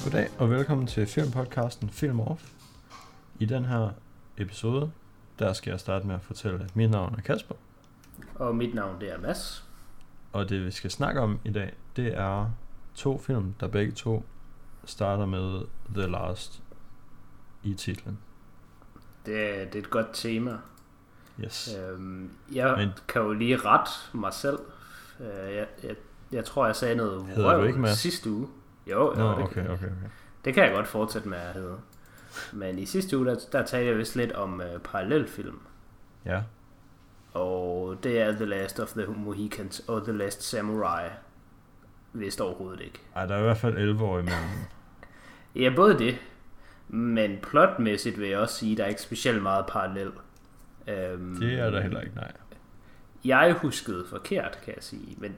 Goddag og velkommen til filmpodcasten Film Off. I den her episode, der skal jeg starte med at fortælle, at mit navn er Kasper. Og mit navn det er Mads. Og det vi skal snakke om i dag, det er to film, der begge to starter med The Last i titlen. Det er et godt tema. Yes. Jeg kan jo lige rette mig selv. Jeg tror, jeg sagde noget røv sidste uge. Jo, okay. Det kan jeg godt fortsætte med at hedde. Men i sidste uge, der talte jeg vist lidt om parallelfilm. Ja. Og det er The Last of the Mohicans og The Last Samurai. Vist overhovedet ikke. Ej, der er i hvert fald 11 år imellem. Ja, både det. Men plotmæssigt vil jeg også sige, at der er ikke specielt meget parallel. Det er der heller ikke, nej. Jeg huskede forkert, kan jeg sige. Men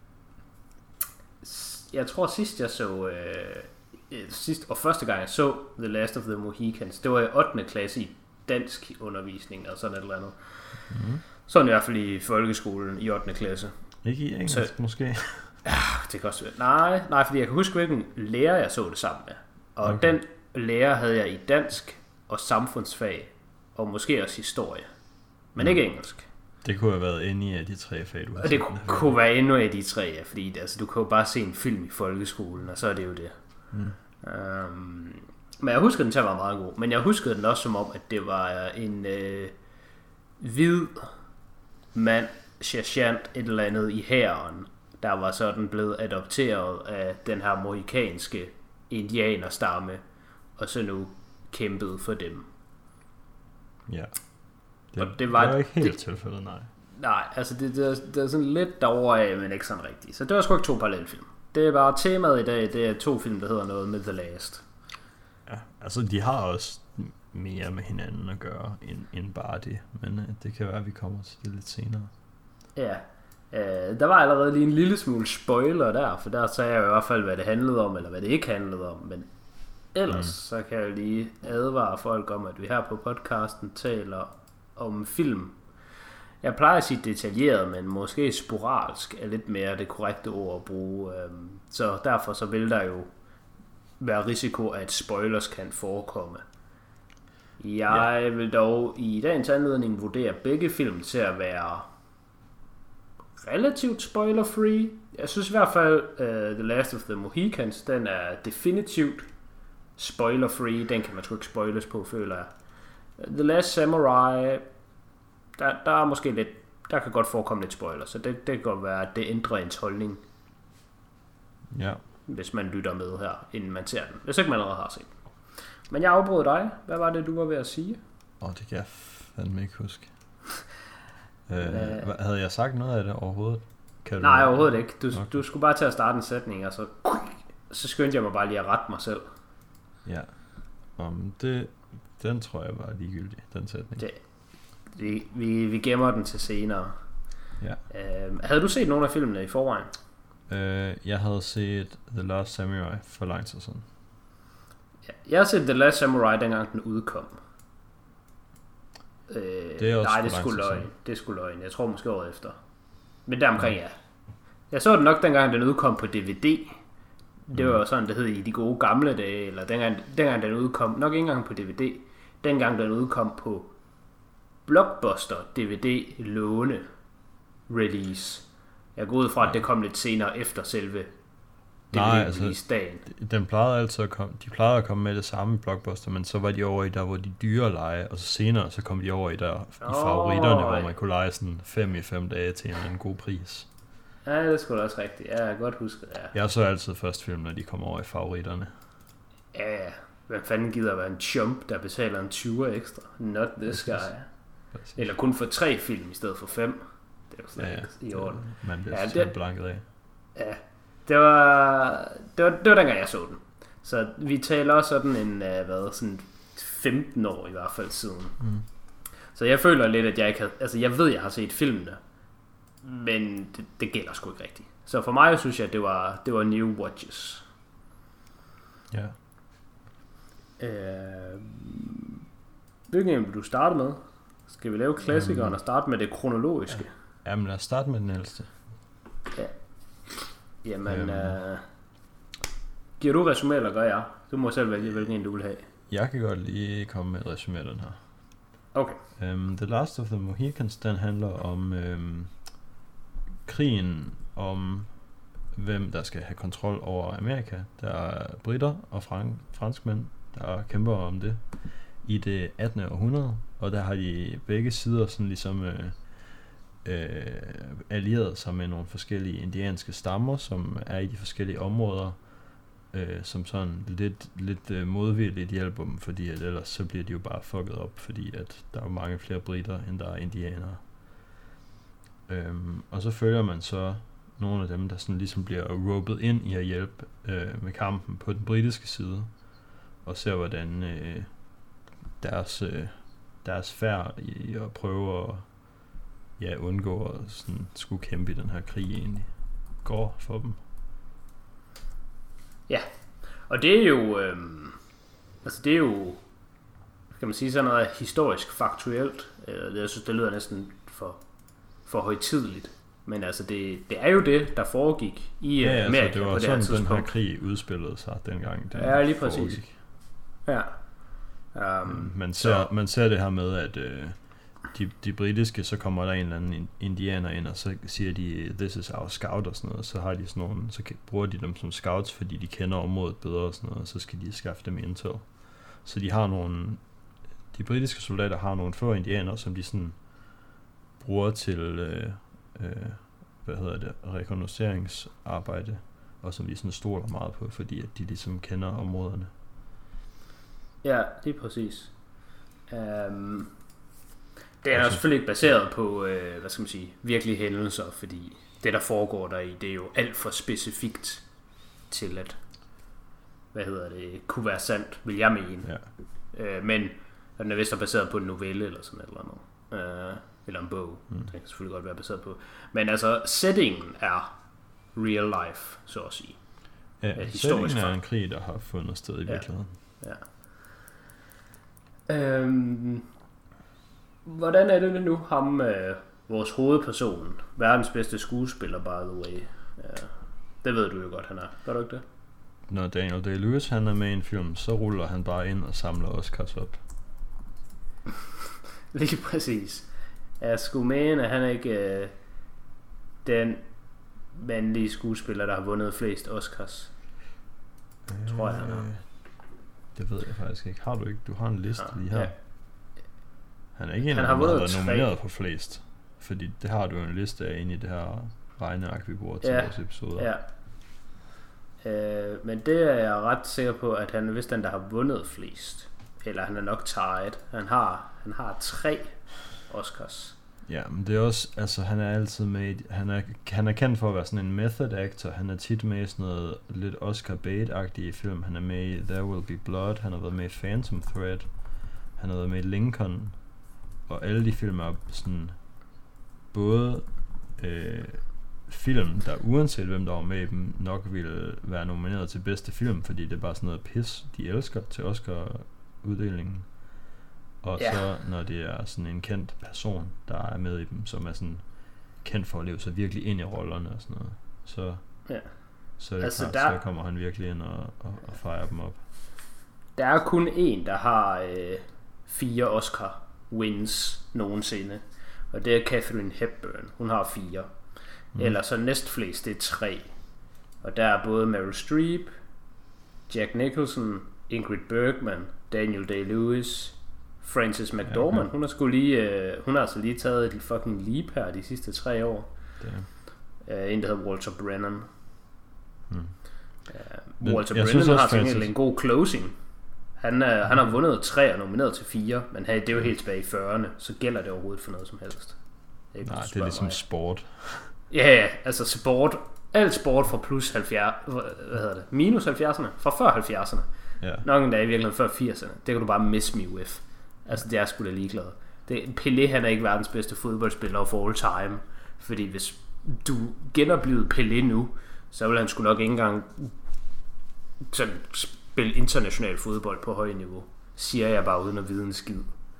jeg tror sidst jeg så og første gang jeg så The Last of the Mohicans, det var i 8. klasse i dansk undervisning og sådan et eller andet. Mm-hmm. Sådan i hvert fald i folkeskolen i 8. klasse. Ikke i engelsk måske? Ja, det kan også være. Nej, fordi jeg kan huske hvilken lærer jeg så det sammen med. Og okay. Den lærer havde jeg i dansk og samfundsfag og måske også historie. Men ikke engelsk. Det kunne have været inde i af de tre fag, du har. Og det kunne være endnu af de tre, ja, fordi altså, du kan jo bare se en film i folkeskolen, og så er det jo det. Men jeg husker den til at være meget god. Men jeg husker den også som om, at det var en hvid mand, sergeant et eller andet i hæren, der var sådan blevet adopteret af den her mohikanske indianerstamme, og så nu kæmpede for dem. Ja. Det var ikke helt tilfældet, nej. Nej, altså det er sådan lidt derovre af, men ikke sådan rigtigt. Så det var sgu ikke to parallelfilm. Det er bare temaet i dag, det er to film, der hedder noget med The Last. Ja, altså de har også mere med hinanden at gøre, end bare det. Men det kan være, at vi kommer til det lidt senere. Ja, der var allerede lige en lille smule spoiler der, for der sagde jeg i hvert fald, hvad det handlede om, eller hvad det ikke handlede om. Men ellers så kan jeg lige advare folk om, at vi her på podcasten taler om film. Jeg plejer at sige detaljeret, men måske sporadisk er lidt mere det korrekte ord at bruge. Så derfor så vil der jo være risiko, at spoilers kan forekomme. Jeg vil dog i dagens anledning vurdere begge film til at være relativt spoiler-free. Jeg synes i hvert fald, The Last of the Mohicans, den er definitivt spoiler-free. Den kan man sgu ikke spoilers på, føler jeg. The Last Samurai, der er måske lidt, der kan godt forekomme lidt spoiler, så det kan godt være, at det ændrer ens holdning. Ja. Hvis man lytter med her, inden man ser den. Hvis ikke man allerede har set. Men jeg afbrød dig. Hvad var det, du var ved at sige? Det kan jeg fandme ikke huske. Havde jeg sagt noget af det overhovedet? Nej, overhovedet ikke. Du skulle bare til at starte en sætning, og så skyndte jeg mig bare lige at rette mig selv. Ja. Den tror jeg var ligegyldig, den sætning. Vi gemmer den til senere. Ja. Havde du set nogle af filmene i forvejen? Jeg havde set The Last Samurai for lang tid siden. Ja, jeg har set The Last Samurai, dengang den udkom. Det er også nej, det er sgu løgn. Jeg tror måske året efter. Men deromkring, ja. Jeg så den nok, dengang den udkom på DVD. Det var jo sådan, det hed i de gode gamle dage. Eller dengang den udkom, nok ikke engang på DVD. Dengang den udkom på Blockbuster DVD låne release. Jeg går ud fra, at det kom lidt senere efter selve DVD-release-dagen. Den plejede altid at komme. De plejede at komme med det samme Blockbuster, men så var de over i der, hvor de dyre lege, og så senere så kom de over i der i favoritterne, hvor man kunne lege sådan 5 i 5 dage til en god pris. Ja, det er sgu da også rigtigt. Ja, jeg har godt husket, ja. Jeg så altid først film, når de kom over i favoritterne. Ja, hvem fanden gider at være en chump, der betaler en 20 ekstra? Not this guy. Præcis. Eller kun for 3 film i stedet for 5. Det er jo slet ikke i orden. Man bliver blanket af. Ja, det var dengang jeg så den. Så vi taler også sådan en, sådan 15 år i hvert fald siden. Så jeg føler lidt, at jeg ikke havde, altså jeg ved, jeg har set filmene, men det gælder sgu ikke rigtigt. Så for mig synes jeg, at det var new watches. Ja. Hvilken vil du starte med? Skal vi lave klassikeren og starte med det kronologiske? Jamen lad os starte med den ældste. Ja. Jamen, Giver du resumé, eller gør jeg? Du må selv vælge, hvilken en du vil have. Jeg kan godt lige komme med et resumé den her. Okay. The Last of the Mohicans, den handler om krigen om hvem der skal have kontrol over Amerika. Der er britter og franskmænd, der kæmper om det i det 18. århundrede, og der har de begge sider sådan ligesom allieret sig med nogle forskellige indianske stammer, som er i de forskellige områder, som sådan lidt modvilligt hjælper dem, fordi at ellers så bliver de jo bare fucket op, fordi at der er mange flere britter, end der er indianere. Og så følger man så nogle af dem, der sådan ligesom bliver ropet ind i at hjælpe med kampen på den britiske side, og ser hvordan deres færd i at prøve at undgå at sådan skulle kæmpe i den her krig egentlig går for dem. Ja, og det er jo, det er jo, kan man sige, sådan noget historisk faktuelt. Jeg synes, det lyder næsten for højtideligt. Men altså, det er jo det, der foregik i Amerika altså, det var på det sådan, her tidspunkt. Den her krig udspillede sig dengang. Ja, lige præcis. Foregik. Ja. Man ser det her med, at de britiske, så kommer der en eller anden indianer ind, og så siger de, this is our scout og sådan noget, så har de sådan nogle, så bruger de dem som scouts, fordi de kender området bedre og sådan noget, og så skal de skaffe dem intel. Så de britiske soldater har nogle få indianer, som de sådan bruger til rekognosceringsarbejde, og som de sådan stoler meget på, fordi at de ligesom kender områderne. Ja, det er præcis. Det er selvfølgelig ikke baseret på, virkelige hændelser, fordi det, der foregår der i, det er jo alt for specifikt til at, kunne være sandt, vil jeg mene. Ja. Men den er vist baseret på en novelle eller sådan eller noget. Eller en bog. Det kan selvfølgelig godt være baseret på. Men altså, settingen er real life, så at sige. Ja, settingen er en krig, der har fundet sted i virkeligheden. Ja. Hvordan er det nu, ham, vores hovedperson, verdens bedste skuespiller, by the way. Det ved du jo godt, han er. Gør du ikke det? Når Daniel Day-Lewis han er med i en film, så ruller han bare ind og samler Oscars op. Lige præcis. Jeg skulle mene, at han er ikke den mandlige skuespiller, der har vundet flest Oscars. Tror jeg, han er. Det ved jeg faktisk ikke. Har du ikke? Du har en liste lige her. Ja. Han er ikke en, der har været nomineret på flest. Fordi det har du en liste af inde i det her regneark, vi bruger til vores episoder. Ja. Men det er jeg ret sikker på, at han er vist den, der har vundet flest. Eller han er nok tied. Han har 3 Oscars. Ja, men det er også, altså han er altid med, han er kendt for at være sådan en method actor. Han er tit med i sådan noget lidt Oscar Bait-agtige film. Han er med i There Will Be Blood, han har været med i Phantom Thread, han har været med i Lincoln, og alle de film er sådan både film, der uanset hvem der var med i dem, nok ville være nomineret til bedste film, fordi det er bare sådan noget pis, de elsker til Oscar-uddelingen. Og så når det er sådan en kendt person, der er med i dem, som er sådan kendt for at leve sig virkelig ind i rollerne og sådan noget, så er det altså klart, så kommer han virkelig ind og fejrer dem op. Der er kun en, der har 4 Oscar wins nogensinde, og det er Katharine Hepburn. Hun har 4. Eller så næstflest, det er 3. Og der er både Meryl Streep, Jack Nicholson, Ingrid Bergman, Daniel Day-Lewis, Frances McDormand. Hun har altså lige taget et fucking leap her de sidste 3 år. En der hedder Walter Brennan. Walter Brennan har til en god closing. Han har vundet 3 og nomineret til 4, men det er jo helt tilbage i 40'erne, så gælder det overhovedet for noget som helst. Nej, det er ligesom sport. Ja, altså sport. Alt sport fra plus 70, minus 70'erne, fra før 70'erne. Nok en dag i virkeligheden før 80'erne. Det kan du bare miss me with. Altså det er sgu da ligeglad. Pelé, han er ikke verdens bedste fodboldspiller for all time. Fordi hvis du genoplivet Pelé nu, så vil han sgu nok ikke engang sådan spille international fodbold på højt niveau. Siger jeg bare uden at vide en skid.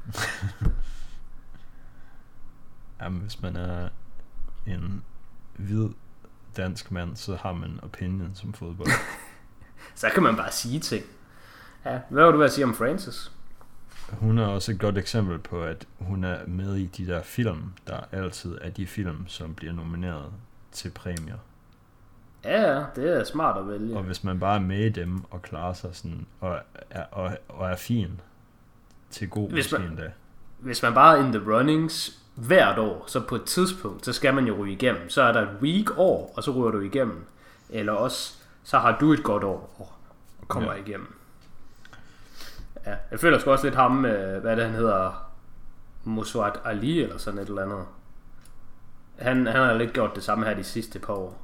Jamen hvis man er en hvid dansk mand, så har man opinion som fodbold. Så kan man bare sige ting. Ja, hvad var du ved at sige om Frances? Hun er også et godt eksempel på, at hun er med i de der film, der altid er de film, som bliver nomineret til præmier. Ja, det er smart at vælge. Og hvis man bare er med i dem og klarer sig sådan, og er fin til god måske endda. Hvis man bare er in the runnings hvert år, så på et tidspunkt, så skal man jo ryge igennem. Så er der et weak år, og så ryger du igennem. Eller også, så har du et godt år og kommer igennem. Ja, jeg føler sgu også lidt ham, hvad det han hedder, Muhammad Ali eller sådan et eller andet. Han har lidt gjort det samme her de sidste par år.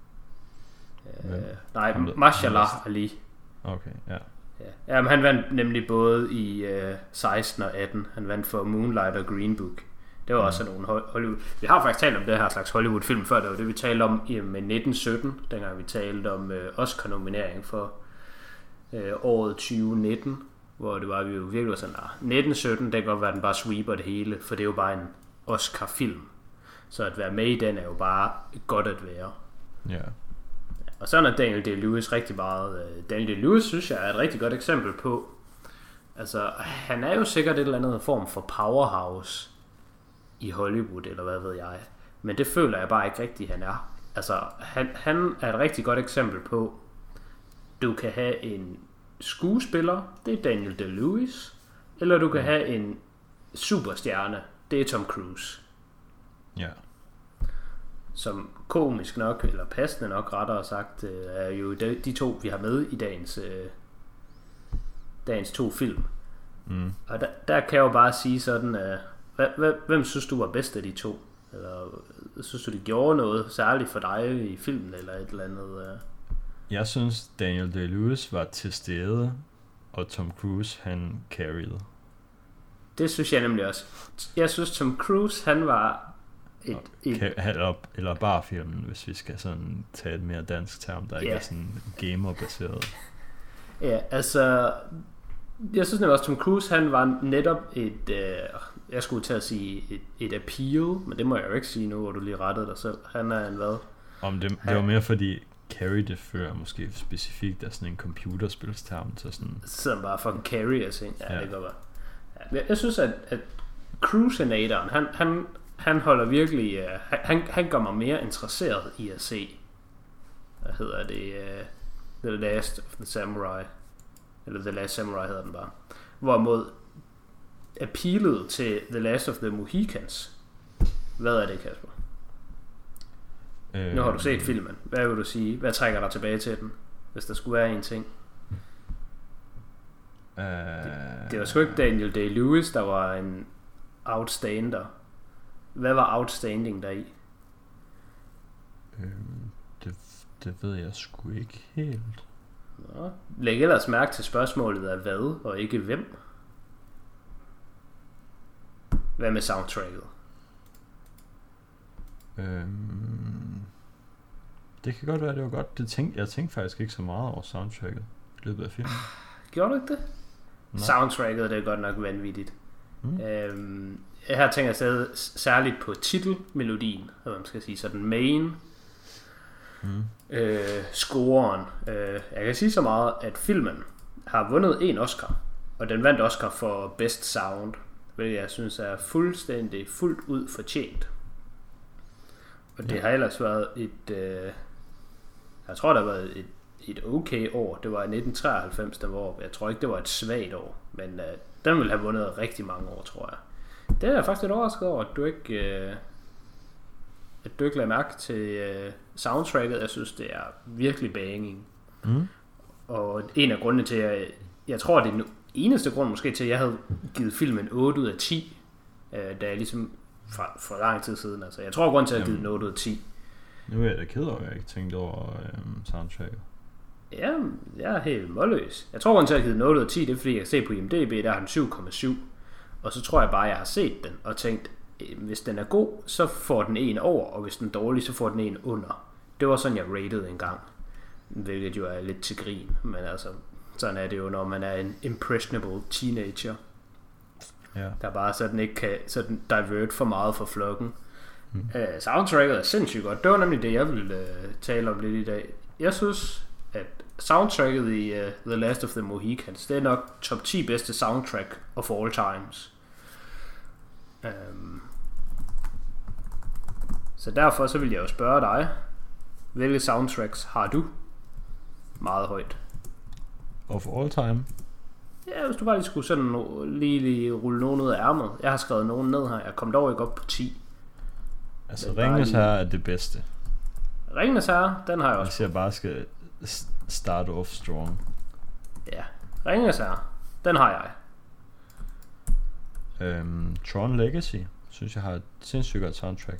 Nej, Mashallah Ali. Okay, ja. Ja, men han vandt nemlig både i 16 og 18. Han vandt for Moonlight og Green Book. Det var også nogle Hollywood. Vi har faktisk talt om det her slags Hollywood-film før. Det var det, vi talte om med 1917, dengang vi talte om Oscar-nominering for året 2019, hvor det var, vi jo virkelig var sådan, 1917, det kan godt være, at den bare sweeper det hele, for det er jo bare en Oscar-film. Så at være med i den er jo bare godt at være. Ja. Og sådan er Daniel Day-Lewis rigtig meget. Daniel Day-Lewis synes jeg er et rigtig godt eksempel på, altså han er jo sikkert et eller andet form for powerhouse i Hollywood, eller hvad ved jeg. Men det føler jeg bare ikke rigtigt, han er. Altså han er et rigtig godt eksempel på, du kan have en skuespiller, det er Daniel Day-Lewis, eller du kan have en superstjerne, det er Tom Cruise. Ja. Som komisk nok, eller passende nok rettere sagt, er jo de to, vi har med i dagens to film. Og der kan jeg jo bare sige sådan, hvem synes du var bedst af de to? Eller synes du, de gjorde noget særligt for dig i filmen, eller et eller andet? Jeg synes, Daniel Day-Lewis var til stede, og Tom Cruise, han carried. Det synes jeg nemlig også. Jeg synes, Tom Cruise, han var eller bare filmen, hvis vi skal sådan tage et mere dansk term, der ikke er sådan gamer-baseret. Ja, altså jeg synes nemlig også, Tom Cruise, han var netop jeg skulle til at sige et appeal, men det må jeg jo ikke sige nu, hvor du lige rettede dig selv. Han er en hvad? Det var mere fordi carry det før måske specifikt er sådan en computerspilsterm til sådan... Sådan bare fucking carry, altså. Ja, det kan godt være. Jeg synes, at Cruisenatoren, han holder virkelig... Han gør mig mere interesseret i at se... Hvad hedder det? The Last of the Samurai. Eller The Last Samurai hedder den bare. Hvorimod appealet til The Last of the Mohicans. Hvad er det, Kasper? Nu har du set filmen. Hvad vil du sige? Hvad trækker dig tilbage til den? Hvis der skulle være en ting. Det var sgu ikke Daniel Day-Lewis, der var en outstander. Hvad var outstanding deri? Det ved jeg sgu ikke helt. Nå, læg ellers mærke til spørgsmålet af hvad, og ikke hvem. Hvad med soundtracket? Det kan godt være, det var godt. Jeg tænkte faktisk ikke så meget over soundtracket i løbet af filmen. Gjorde du ikke det? Nej. Soundtracket, det er godt nok vanvittigt. Her tænker jeg særligt på titelmelodien, hvad man skal sige, så den main scoren. Jeg kan sige så meget, at filmen har vundet en Oscar, og den vandt Oscar for Best Sound, hvilket jeg synes er fuldt ud fortjent. Og det har ellers været jeg tror, der har været et okay år. Det var i 1993, der var. Jeg tror ikke, det var et svagt år, men den ville have vundet rigtig mange år, tror jeg. Det er faktisk lidt overrasket over, at du ikke lagde mærke til soundtracket. Jeg synes, det er virkelig banging. Og en af grundene til, jeg tror, det er den eneste grund måske til, at jeg havde givet filmen 8 ud af 10, da jeg ligesom for lang tid siden. Altså, jeg tror, grunden til, at jeg havde givet 8 ud af 10. Nu er jeg da ked af, at jeg ikke tænkte over soundtracket. Ja, jeg er helt målløs. Jeg tror, grunden til, at jeg havde givet 8 ud af 10, det er, fordi jeg kan se på IMDb, der har den 7,7. Og så tror jeg bare, jeg har set den og tænkt, hvis den er god, så får den en over, og hvis den er dårlig, så får den en under. Det var sådan, jeg rated en gang. Hvilket jo er lidt til grin, men altså, sådan er det jo, når man er en impressionable teenager. Ja. Der bare sådan ikke kan sådan divert for meget fra flokken. Soundtracket er sindssygt godt. Det var nemlig det, jeg ville tale om lidt i dag. Jeg synes, at soundtracket i The Last of the Mohicans, det er nok top 10 bedste soundtrack of all times. Så derfor så vil jeg jo spørge dig, hvilke soundtracks har du meget højt? Of all time? Ja, hvis du bare lige skulle sådan lige rulle nogen ud af ærmet. Jeg har skrevet nogen ned her. Jeg kom dog ikke op på 10. Altså Ringenes Herre er det bedste. Ringenes Herre, den har jeg også. Hvis jeg bare skal start off strong. Ja, Ringenes Herre, den har jeg. Tron Legacy synes jeg har et sindssygt godt soundtrack.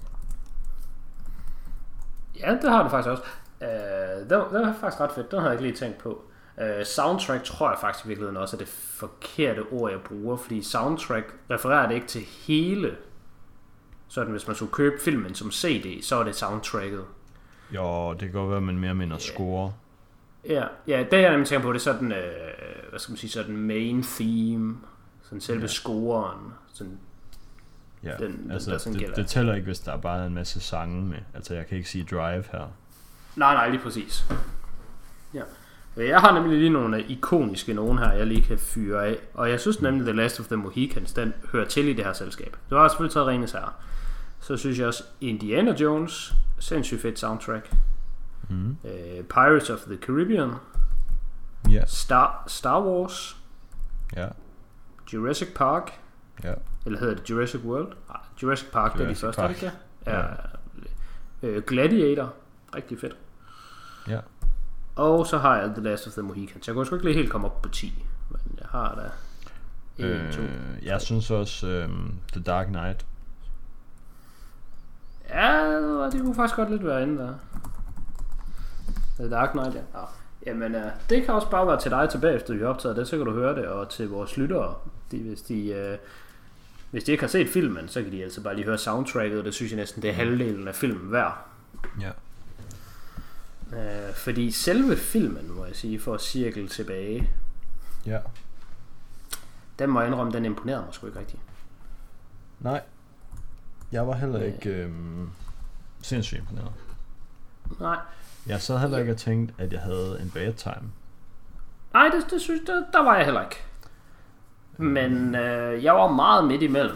Ja, det har det faktisk også. Den er faktisk ret fedt. Den har jeg ikke lige tænkt på. Soundtrack tror jeg faktisk i virkeligheden også er det forkerte ord jeg bruger, fordi soundtrack refererer det ikke til hele. Sådan hvis man skulle købe filmen som CD, så er det soundtracket. Jo, det kan godt være, man mere mener score. Ja, det jeg nemlig tænker på, det er sådan, hvad skal man sige, sådan main theme, sådan selve scoren, sådan. Ja, den altså der sådan det tæller ikke, hvis der er bare en masse sange med. Altså jeg kan ikke sige Drive her. Nej, lige præcis. Ja. Jeg har nemlig lige nogle ikoniske nogen her, jeg lige kan fyre af. Og jeg synes nemlig, The Last of the Mohicans, den hører til i det her selskab. Du har selvfølgelig taget Ringenes Herre. Så synes jeg også Indiana Jones, sindssygt fedt soundtrack. Pirates of the Caribbean. Yeah. Star Wars. Ja. Jurassic Park. Ja. Eller hedder det Jurassic World? Nej, Jurassic Park, det er de første, Park. ikke? Ja. Gladiator, rigtig fedt. Ja. Og så har jeg The Last of the Mohicans. Jeg kunne sgu ikke lige helt komme op på 10, men jeg har da 1, 2. Jeg synes også The Dark Knight. Ja, det kunne faktisk godt lidt være inde der. The Dark Knight, ja. Jamen, det kan også bare være til dig tilbage, efter vi har optaget det, så kan du høre det, og til vores lyttere, hvis de ikke har set filmen, så kan de altså bare lige høre soundtracket, og det synes jeg næsten, det er halvdelen af filmen værd. Ja. Fordi selve filmen, må jeg sige, for at cirkle tilbage, Ja. den må jeg indrømme, den imponerede mig sgu ikke rigtigt. Nej. Jeg var heller ikke sindssygt imponeret. Nej. Jeg sad heller ikke og tænkt, at jeg havde en bad time. Nej, det synes jeg, der var jeg heller ikke. Men jeg var meget midt imellem.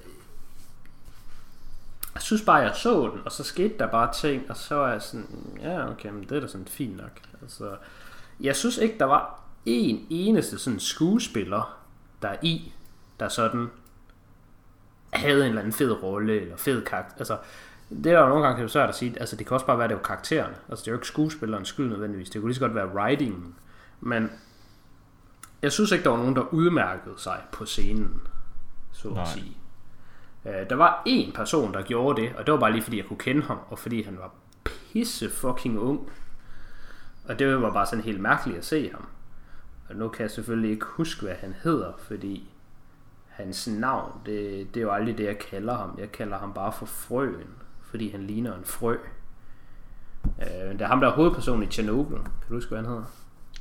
Jeg synes bare, jeg så den, og så skete der bare ting, og så var jeg sådan, ja, okay, men det er da sådan fint nok. Altså, jeg synes ikke, der var en eneste sådan skuespiller, der sådan havde en eller anden fed rolle, eller fed karakter. Altså, det er jo nogle gange svært at sige, altså det kan også bare være, det er jo karaktererne. Altså det er jo ikke skuespillerens skyld nødvendigvis, det kunne lige så godt være writingen. Men jeg synes ikke, der var nogen, der udmærkede sig på scenen, så at sige. Der var en person, der gjorde det, og det var bare lige fordi jeg kunne kende ham, og fordi han var pisse fucking ung. Og det var bare sådan helt mærkeligt at se ham. Og nu kan jeg selvfølgelig ikke huske, hvad han hedder, fordi hans navn, det er jo aldrig det, jeg kalder ham. Jeg kalder ham bare for Frøen, fordi han ligner en frø. Det er ham, der er hovedpersonen i Chernobyl. Kan du huske, hvad han hedder?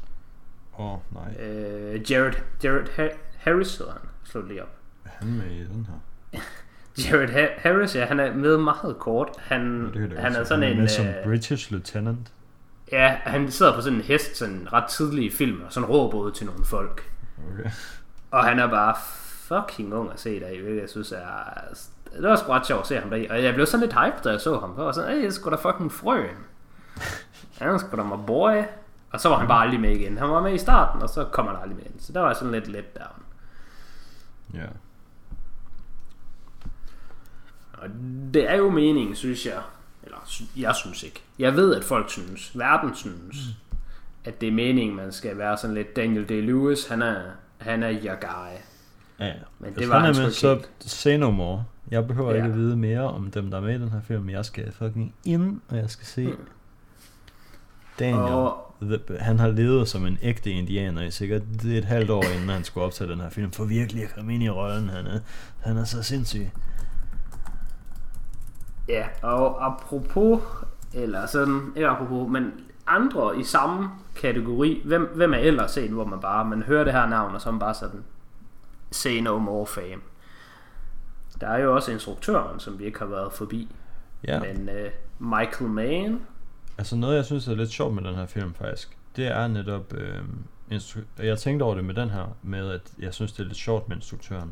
Nej. Jared Harris hedder han. Slå det lige op. Er han med i den her? Jared Harris, ja, han er med meget kort. Han er sådan en... med som British Lieutenant. Ja, han sidder på sådan en hest, sådan ret tidlig i film, og sådan råber ud til nogle folk. Okay. Og han er bare fucking ung at se der i, hvilket jeg synes er... Det var sgu ret sjovt at se ham der i. Og jeg blev sådan lidt hyped, da jeg så ham. Jeg var sådan, jeg sgu da fucking Frøen. Han var sgu da my boy. Og så var han bare aldrig med igen. Han var med i starten, og så kom han aldrig med igen. Så der var sådan lidt der. Ja. Og det er jo meningen, synes jeg. Eller jeg synes ikke. Jeg ved, at folk synes, verden synes, at det er meningen, man skal være sådan lidt Daniel Day-Lewis. Han er your guy. Ja. Men det var han med, så say no more. Jeg behøver ikke at vide mere om dem, der er med i den her film. Jeg skal fucking ind, og jeg skal se Daniel. Han har levet som en ægte indianer i sikkert et halvt år, inden han skulle optage den her film. For virkelig at komme ind i rollen. Han er så sindssyg. Ja, og apropos, eller sådan, ikke apropos, men andre i samme kategori, hvem er ellers set, hvor man hører det her navn, og så man bare sådan, say no more fame. Der er jo også instruktøren, som vi ikke har været forbi. Ja. Men Michael Mann. Altså noget, jeg synes er lidt sjovt med den her film faktisk, det er netop jeg tænkte over det med den her, med at jeg synes det er lidt sjovt med instruktøren,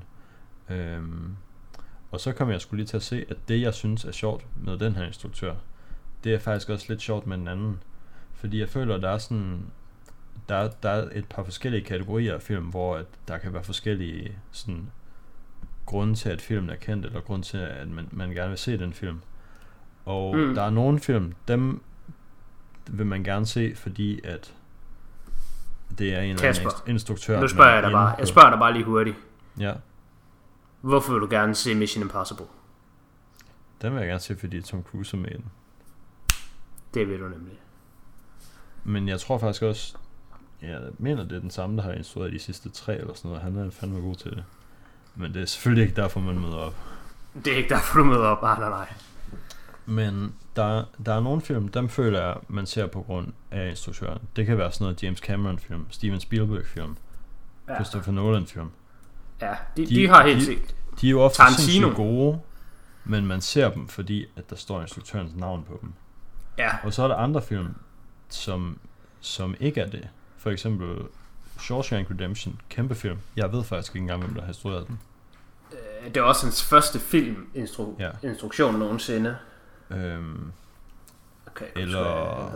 og så kom jeg sgu lige til at se, at det jeg synes er sjovt med den her instruktør, det er faktisk også lidt sjovt med den anden, fordi jeg føler, at der er sådan der er et par forskellige kategorier af film, hvor at der kan være forskellige sådan grunde til, at filmen er kendt, eller grund til, at man gerne vil se den film. Og der er nogle film, dem vil man gerne se, fordi at det er en eller anden instruktør. Nu spørger jeg dig bare. Jeg spørger dig bare lige hurtigt. Ja. Hvorfor vil du gerne se Mission Impossible? Den vil jeg gerne se, fordi Tom Cruise er med i den. Det vil du nemlig. Men jeg tror faktisk også, jeg mener, det er den samme, der har instrueret de sidste 3 eller sådan noget. Han er fandme god til det. Men det er selvfølgelig ikke derfor, man møder op. Det er ikke derfor, du møder op. Nej. Men der er nogle film, dem føler jeg, man ser på grund af instruktøren. Det kan være sådan noget James Cameron film, Steven Spielberg film, Christopher Nolan film. Ja, de har helt sikkert. De er jo ofte sindssygt gode, men man ser dem, fordi at der står instruktørens navn på dem. Ja. Og så er der andre film, som ikke er det. For eksempel Shawshank Redemption, kæmpe film. Jeg ved faktisk ikke engang, hvem der har instrueret den. Det er også hans første film instruktion nogensinde. Okay, eller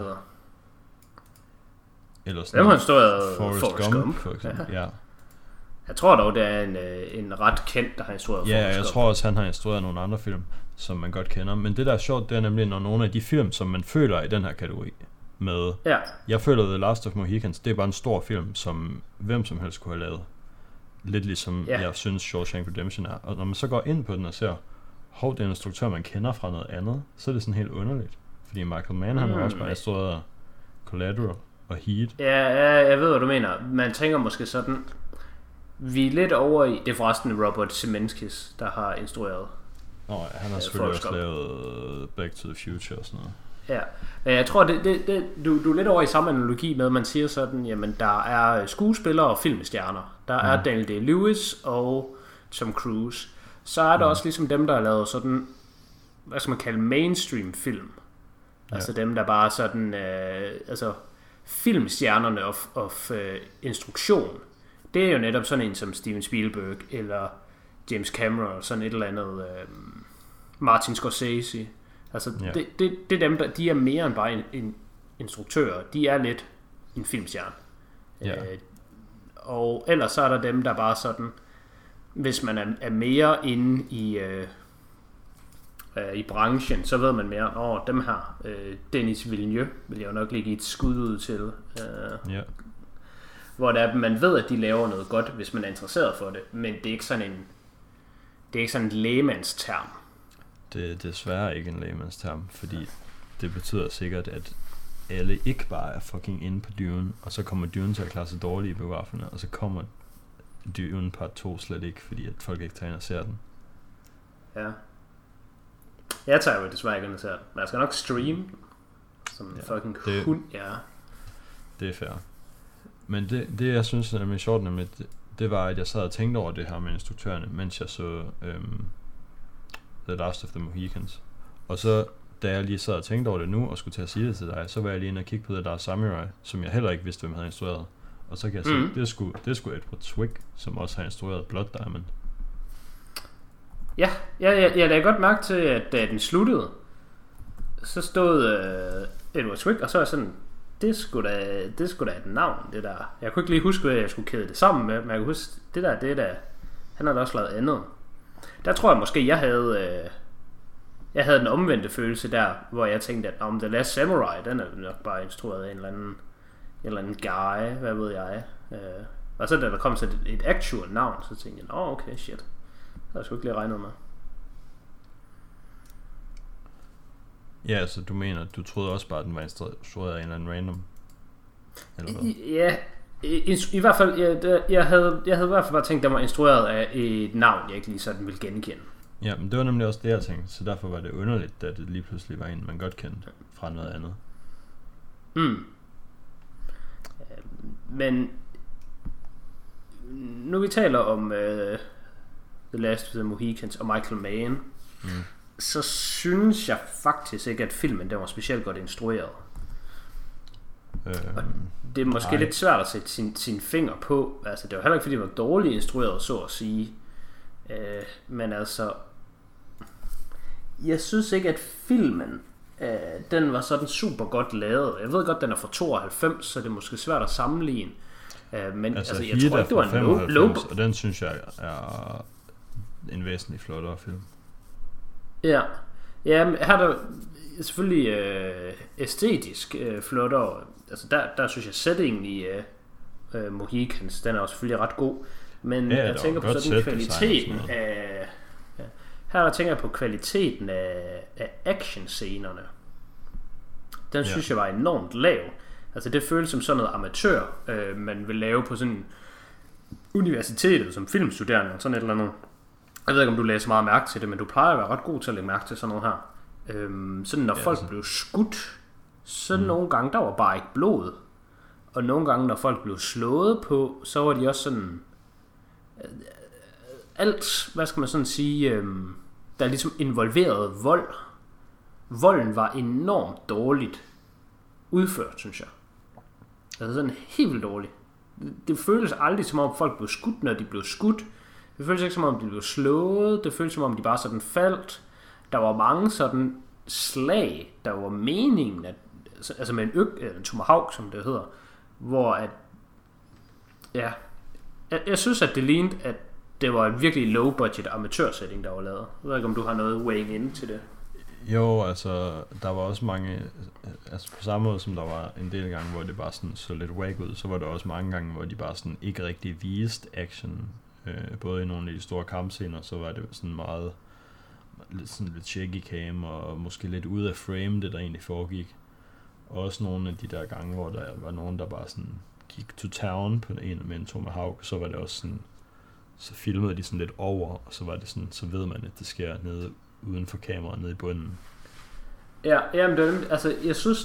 sådan hvem har instrueret Forrest Gump for eksempel. Ja. Jeg tror dog det er en ret kendt, der har instrueret Forrest Gump. Ja, jeg tror også han har instrueret nogle andre film, som man godt kender. Men det der er sjovt, det er nemlig når nogle af de film, som man føler er i den her kategori med. Ja. Jeg føler The Last of Mohicans, det er bare en stor film, som hvem som helst kunne have lavet. Lidt ligesom jeg synes Shawshank Redemption er. Og når man så går ind på den og ser, det er en instruktør, man kender fra noget andet, så er det sådan helt underligt. Fordi Michael Mann, han har også bare instrueret Collateral og Heat. Ja, jeg ved, hvad du mener. Man tænker måske sådan, vi er lidt over i, det er forresten Robert Zemeckis, der har instrueret. Han har selvfølgelig også lavet Back to the Future og sådan noget. Ja, jeg tror, du er lidt over i samme analogi med, at man siger sådan, jamen der er skuespillere og filmstjerner. Der er Daniel Day-Lewis og Tom Cruise. Så er der også ligesom dem, der har lavet sådan, hvad skal man kalde, mainstream film. Altså dem, der bare sådan, altså filmstjernerne of instruktion. Det er jo netop sådan en som Steven Spielberg, eller James Cameron, sådan et eller andet, Martin Scorsese. Altså det er dem, der, de er mere end bare en instruktør. De er lidt en filmstjerne. Og ellers så er der dem, der bare sådan, hvis man er mere inde i branchen, så ved man mere, dem her, Denis Villeneuve vil jeg jo nok lige give et skud ud til, hvor man ved, at de laver noget godt, hvis man er interesseret for det, men det er ikke sådan en lægemandsterm. Det er desværre ikke en lægemandsterm, fordi det betyder sikkert, at alle ikke bare er fucking inde på Dune, og så kommer Dune til at klare sig dårligt i biograferne, og så kommer Dune part 2 slet ikke, fordi at folk ikke tager ind og ser den. Ja. Jeg tager jo desværre ikke ind og ser den, men jeg skal nok streame som fucking hund, Det er fair. Men det jeg synes er sjovt, nemlig, det var, at jeg sad og tænkte over det her med instruktørerne, mens jeg så The Last of the Mohicans. Og så, da jeg lige sad og tænkte over det nu, og skulle til at sige det til dig, så var jeg lige inde og kigge på The Last Samurai, som jeg heller ikke vidste, hvem havde instrueret. Og så kan jeg se, det er sgu Edward Zwick, som også har instrueret Blood Diamond. Ja, jeg lagde godt mærke til, at da den sluttede, så stod Edward Zwick, og så er jeg sådan, det skulle da et navn, det der. Jeg kunne ikke lige huske, hvad jeg skulle kæde det sammen med, men jeg kunne huske, det der, han har da også lavet andet. Der tror jeg måske, jeg havde den omvendte følelse der, hvor jeg tænkte, at The Last Samurai, den er nok bare instrueret af en eller anden guy, hvad ved jeg. Og så da der kom til et actual navn, så tænkte jeg, okay, shit. Det har jeg sgu ikke lige regnet med. Ja, altså du mener, du troede også bare, at den var instrueret af en eller anden random? Eller hvad? Ja, i hvert fald, jeg havde i hvert fald bare tænkt, at den var instrueret af et navn, jeg ikke lige sådan ville genkende. Ja, men det var nemlig også det, jeg tænkte, så derfor var det underligt, at det lige pludselig var en, man godt kendte fra noget andet. Men nu vi taler om The Last of the Mohicans og Michael Mann, så synes jeg faktisk ikke, at filmen den var specielt godt instrueret. Det er måske lidt svært at sætte sin finger på. Altså, det var heller ikke fordi det var dårligt instrueret, så at sige. Men altså, jeg synes ikke at filmen den var sådan super godt lavet. Jeg ved godt den er fra 92, så det er måske svært at sammenligne. Men altså, jeg tror ikke det var en low, og den synes jeg er en væsentlig flottere film. Ja, her er der selvfølgelig æstetisk flottere. Altså der synes jeg settingen i Mohicans, den er jo selvfølgelig ret god. Men jeg tænker på sådan kvaliteten af her tænker jeg på kvaliteten af actionscenerne. Den synes jeg var enormt lav. Altså det føles som sådan noget amatør man vil lave på sådan universitetet som filmstuderende sådan et eller andet. Jeg ved ikke om du læser meget mærke til det, men du plejer at være ret god til at lægge mærke til sådan noget her. Sådan når folk blev skudt, så nogle gange der var bare ikke blod. Og nogle gange når folk blev slået på, så var de også sådan alt, hvad skal man sådan sige, der ligesom involverede vold. Volden var enormt dårligt udført, synes jeg. Altså sådan helt vildt dårligt. Det føltes aldrig som om folk blev skudt, når de blev skudt. Det føltes ikke som om de blev slået. Det føltes som om de bare sådan faldt. Der var mange sådan slag, der var meningen, at, altså med en tomahawk, som det hedder, hvor at, ja, jeg synes, at det lignede, at det var en virkelig low budget amatørsætning, der var lavet. Jeg ved ikke, om du har noget weighing ind til det. Jo, altså, der var også mange, altså på samme måde som der var en del gange, hvor det bare sådan så lidt wag ud, så var der også mange gange, hvor de bare sådan ikke rigtig viste action. Både i nogle af de store kampscener, så var det sådan meget lidt shaky cam, og måske lidt ude af frame, det der egentlig foregik. Og også nogle af de der gange, hvor der var nogen, der bare sådan gik to town på en med en tomahawk, så var det også sådan, så filmede de sådan lidt over, og så var det sådan, så ved man, at det sker nede uden for kameraet, nede i bunden. Ja, jamen altså, jeg synes,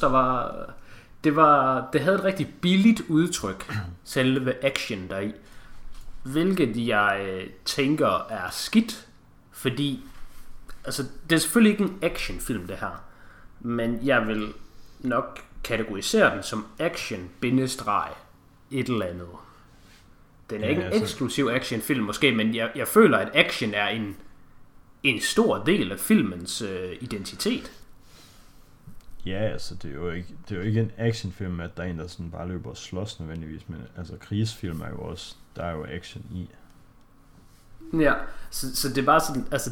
det havde et rigtig billigt udtryk, selve action deri. Hvilket jeg tænker er skidt, fordi altså, det er selvfølgelig ikke en actionfilm det her, men jeg vil nok kategorisere den som action-et eller andet. Den er ikke en eksklusiv actionfilm måske, men jeg føler at action er en stor del af filmens identitet. Ja, altså det er jo ikke en actionfilm, at der er en, der sådan bare løber og slås nødvendigvis, men altså krigsfilm er jo også, der er jo action i. Ja, så det er bare sådan, altså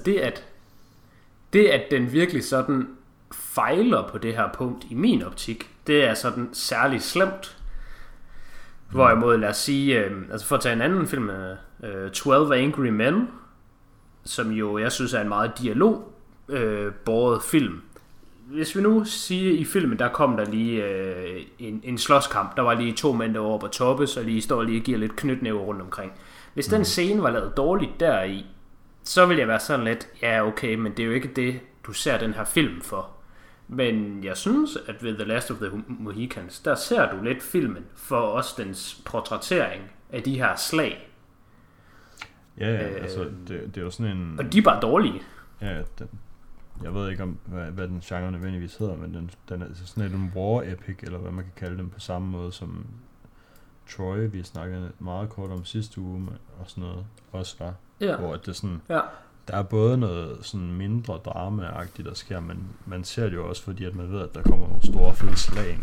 det at den virkelig sådan fejler på det her punkt i min optik, det er sådan særligt slemt. Hvorimod lad os sige, altså for at tage en anden film, 12 Angry Men, som jo jeg synes er en meget dialog-båret film. Hvis vi nu siger i filmen, der kom der lige en slåskamp, der var lige 2 mænd derovre på toppes, og lige står lige og giver lidt knytnæve rundt omkring. Hvis den scene var lavet dårligt deri, så vil jeg være sådan lidt, ja okay, men det er jo ikke det, du ser den her film for. Men jeg synes, at ved The Last of the Mohicans, der ser du lidt filmen for også dens portrættering af de her slag. Ja, altså det er jo sådan en... Og de er bare dårlige. Ja, jeg ved ikke om, hvad den genre nødvendigvis hedder, men den er sådan en war epic, eller hvad man kan kalde den, på samme måde som Troy, vi snakkede meget kort om sidste uge, og sådan noget også var. Ja. Hvor det sådan... Ja. Der er både noget sådan mindre drama-agtigt, der sker, men man ser det jo også, fordi at man ved, at der kommer nogle store fede slag.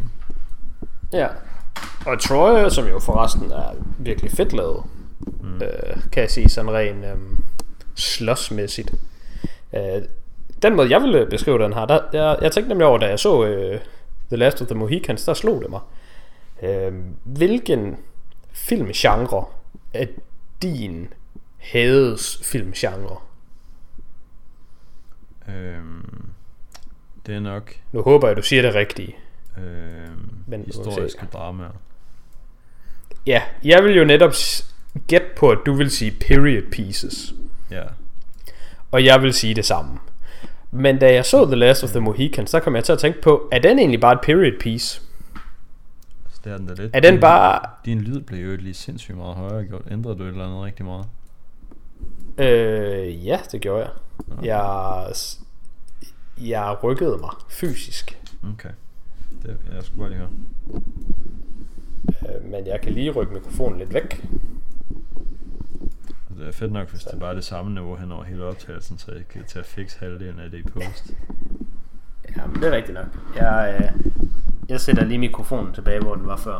Ja, og Troy, som jo forresten er virkelig fedt lavet, kan jeg sige sådan rent slåsmæssigt. Den måde, jeg ville beskrive den her, jeg tænkte nemlig over, da jeg så The Last of the Mohicans, der slog det mig. Hvilken filmgenre er din Hades filmgenre? Det er nok... Nu håber jeg, du siger det rigtige. Men historiske dramaer. Ja, jeg vil jo netop gætte på, at du vil sige period pieces. Ja. Og jeg vil sige det samme. Men da jeg så The Last of the Mohicans, så kom jeg til at tænke på, er den egentlig bare et period piece? Det er den da lidt. Er den bare... Din lyd blev jo lige sindssygt meget højere gjort. Ændrede du et eller andet rigtig meget? Ja, det gjorde jeg. Okay. Jeg rykkede mig fysisk. Okay. Jeg skulle bare lige høre. Men jeg kan lige rykke mikrofonen lidt væk. Det er fedt nok, hvis det bare er det samme niveau hen over hele optagelsen, så jeg kan til at fixe halvdelen af det i post. Ja, men det er rigtigt nok. Jeg sætter lige mikrofonen tilbage, hvor den var før.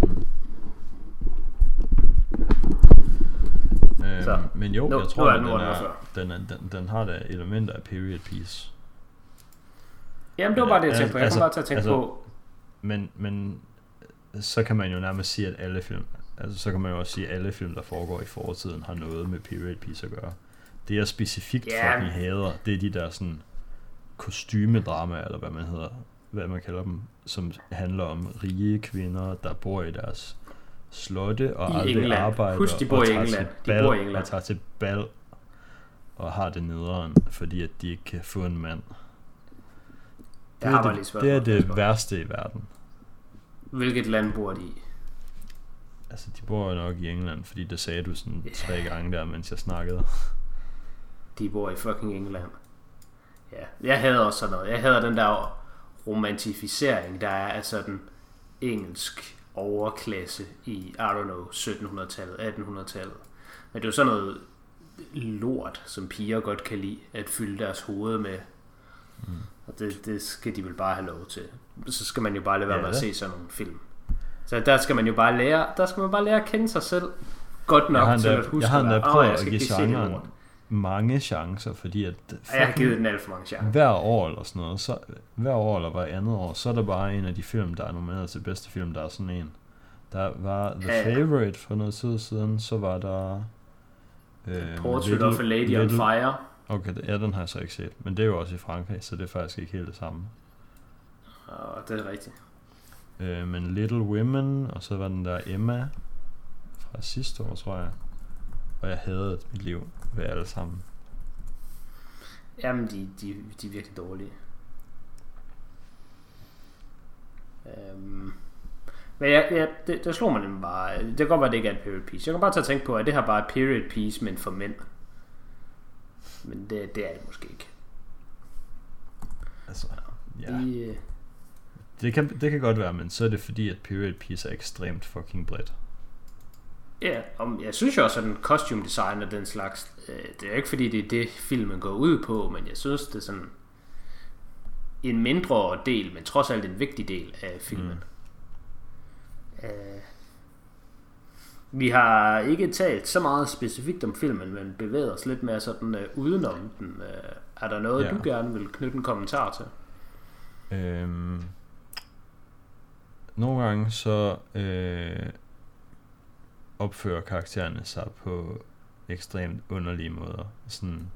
Men jo, jeg tror, at den har da elementer af period piece. Jamen, det var bare det, jeg tænkte på. Jeg kom bare til at tænke på. Men så kan man jo nærmest sige, at alle film, altså så kan man jo også sige, at alle film, der foregår i fortiden, har noget med period piece at gøre. Det jeg specifikt fucking hader, det er de der sådan kostymedrama, eller hvad man kalder dem, som handler om rige kvinder, der bor i deres slotte og aldrig England. Arbejder. Husk, de bor i England. Og tager til bal og har det nederen, fordi at de ikke kan få en mand. Det er det værste i verden. Hvilket land bor de i? Altså, de bor jo nok i England, fordi det sagde du sådan 3 gange der, mens jeg snakkede. De bor i fucking England. Ja, jeg hader også sådan noget. Jeg hader den der romantificering, der er af sådan engelsk overklasse i, I don't know, 1700-tallet, 1800-tallet. Men det er jo sådan noget lort, som piger godt kan lide, at fylde deres hoved med. Og det skal de vel bare have lov til. Så skal man jo bare lade være med at se sådan nogle film. Så der skal man jo bare lære, at kende sig selv godt nok til at huske. Jeg har endda prøvet at give genren mange chancer, fordi at jeg har givet den alt for mange chancer. Hver år eller sådan noget, hver år eller hver andet år, så er der bare en af de film, der er nomineret til bedste film, der er sådan en. Der var The Favourite for noget tid siden, så var der Portrait of a Lady on Fire. Okay, den har jeg så ikke set, men det er jo også i Frankrig, så det er faktisk ikke helt det samme. Det er rigtigt. Men Little Women, og så var den der Emma fra sidste år, tror jeg. Og jeg hadede mit liv ved alle sammen. Jamen, de er virkelig dårlige. Men det slog mig nemlig bare. Det kan godt være, det ikke er et period piece. Jeg kan bare tage at tænke på, at det her bare er et period piece, men for mænd. Men det er det måske ikke. Altså, ja. Det kan godt være, men så er det fordi, at period piece er ekstremt fucking bredt. Ja, jeg synes jo også, at den costume design og den slags, det er ikke fordi, det er det, filmen går ud på, men jeg synes, det er sådan en mindre del, men trods alt en vigtig del af filmen. Vi har ikke talt så meget specifikt om filmen, men bevæget os lidt mere sådan udenom den. Er der noget, du gerne vil knytte en kommentar til? Nogle gange så opfører karaktererne sig på ekstremt underlige måder, sådan,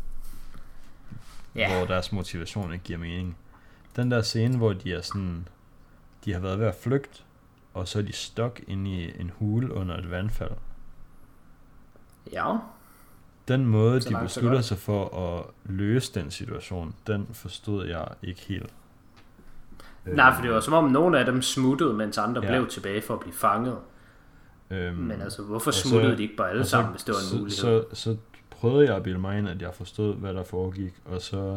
hvor deres motivation ikke giver mening. Den der scene, hvor de er sådan, de har været ved at flygte, og så er de stok inde i en hule under et vandfald. Ja. Den måde, de beslutter sig for at løse den situation, den forstod jeg ikke helt. Nej, for det var som om nogle af dem smuttede, mens andre blev tilbage for at blive fanget. Men altså, hvorfor smuttede de ikke bare alle sammen, hvis det var en mulighed? Så prøvede jeg at bilde mig ind, at jeg forstod, hvad der foregik, og så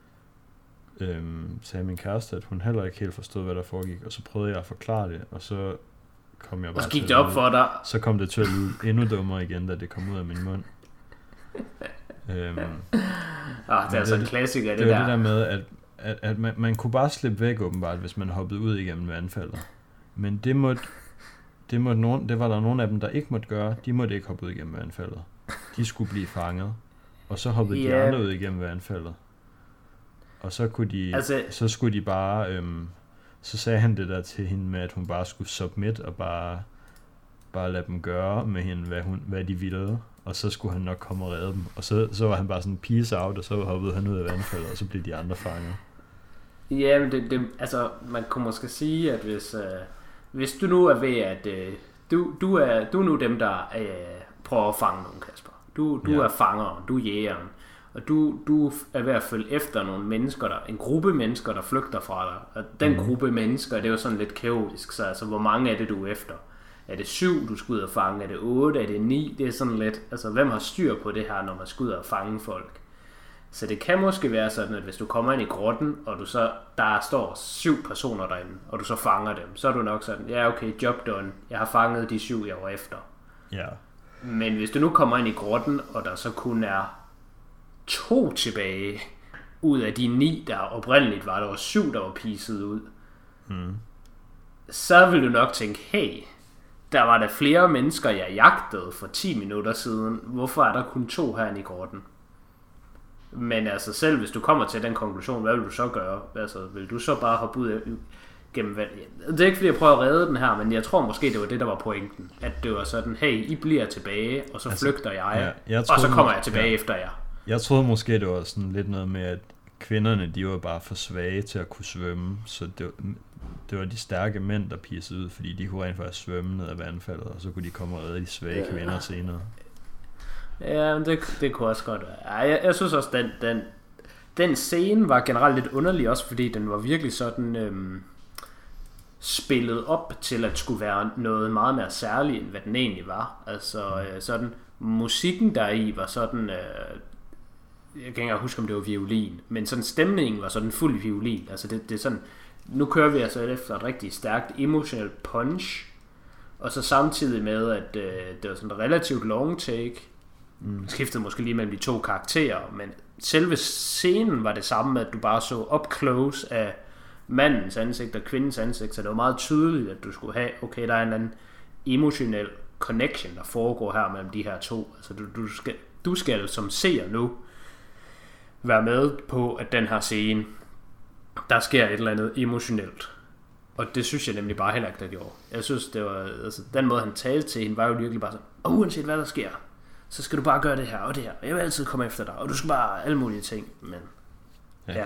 sagde min kæreste, at hun heller ikke helt forstod, hvad der foregik, og så prøvede jeg at forklare det, og så kom jeg bare og så gik det op for dig. Så kom det til at lyde endnu dummere igen, da det kom ud af min mund. Det er altså en klassiker, det der. Det der med, at man kunne bare slippe væk åbenbart, hvis man hoppede ud igennem vandfaldet. Men det var der nogle af dem, der ikke måtte gøre. De måtte ikke hoppe ud igennem vandfaldet. De skulle blive fanget. Og så hoppede de andre ud igennem vandfaldet. Og så kunne de, så skulle de bare, så sagde han det der til hende med, at hun bare skulle submit og bare lade dem gøre med hende, hvad de ville. Og så skulle han nok komme og redde dem. Og så var han bare sådan peace out, og så hoppede han ud af vandfaldet, og så blev de andre fanget. Ja, men altså, man kunne måske sige, at hvis du nu er ved at du er nu dem, der prøver at fange nogen, Kasper. Du er fangeren, du er jægeren, og du er ved at følge efter nogle mennesker, en gruppe mennesker, der flygter fra dig. Og den gruppe mennesker, det er jo sådan lidt kaotisk, så altså, hvor mange er det, du er efter? Er det 7, du skal ud og fange? Er det 8? Er det 9? Det er sådan lidt, altså hvem har styr på det her, når man skal ud og fange folk? Så det kan måske være sådan, at hvis du kommer ind i grotten, og du så, der står 7 personer derinde, og du så fanger dem, så er du nok sådan, ja okay, job done, jeg har fanget de 7, jeg var efter. Ja. Men hvis du nu kommer ind i grotten, og der så kun er 2 tilbage, ud af de 9, der oprindeligt var, der var 7, der var piset ud, så vil du nok tænke, hey, der var der flere mennesker, jeg jagtede for 10 minutter siden, hvorfor er der kun 2 herinde i grotten? Men altså selv hvis du kommer til den konklusion, hvad vil du så gøre? Altså vil du så bare hoppe ud gennem vand? Det er ikke fordi jeg prøver at redde den her, men jeg tror måske det var det der var pointen. At det var sådan, hey, I bliver tilbage, og så flygter jeg og så kommer jeg tilbage efter jer. Jeg troede måske det var sådan lidt noget med, at kvinderne de var bare for svage til at kunne svømme, så det var de stærke mænd, der pissede ud, fordi de kunne rent faktisk svømme ned ad vandfaldet, og så kunne de komme og redde de svage kvinder senere. Ja, men det kunne også godt være. Jeg synes også, den scene var generelt lidt underlig, også fordi den var virkelig sådan spillet op til at skulle være noget meget mere særligt, end hvad den egentlig var. Altså sådan, musikken der i var sådan, jeg kan ikke huske, om det var violin, men sådan stemningen var sådan fuld violin. Altså det er sådan, nu kører vi altså efter et rigtig stærkt emotionelt punch, og så samtidig med, at det var sådan et relativt long take, skiftede måske lige mellem de 2 karakterer, men selve scenen var det samme med, at du bare så up close af mandens ansigt og kvindens ansigt, så det var meget tydeligt, at du skulle have, okay, der er en eller anden emotionel connection, der foregår her mellem de her 2. Altså du skal som seer nu være med på, at den her scene, der sker et eller andet emotionelt. Og det synes jeg nemlig bare heller ikke, der gjorde. Jeg synes, det var, altså, den måde, han talte til hende, var jo virkelig bare sådan, uanset hvad der sker, så skal du bare gøre det her og det her. Jeg vil altid komme efter dig, og du skal bare alle mulige ting. Men ja.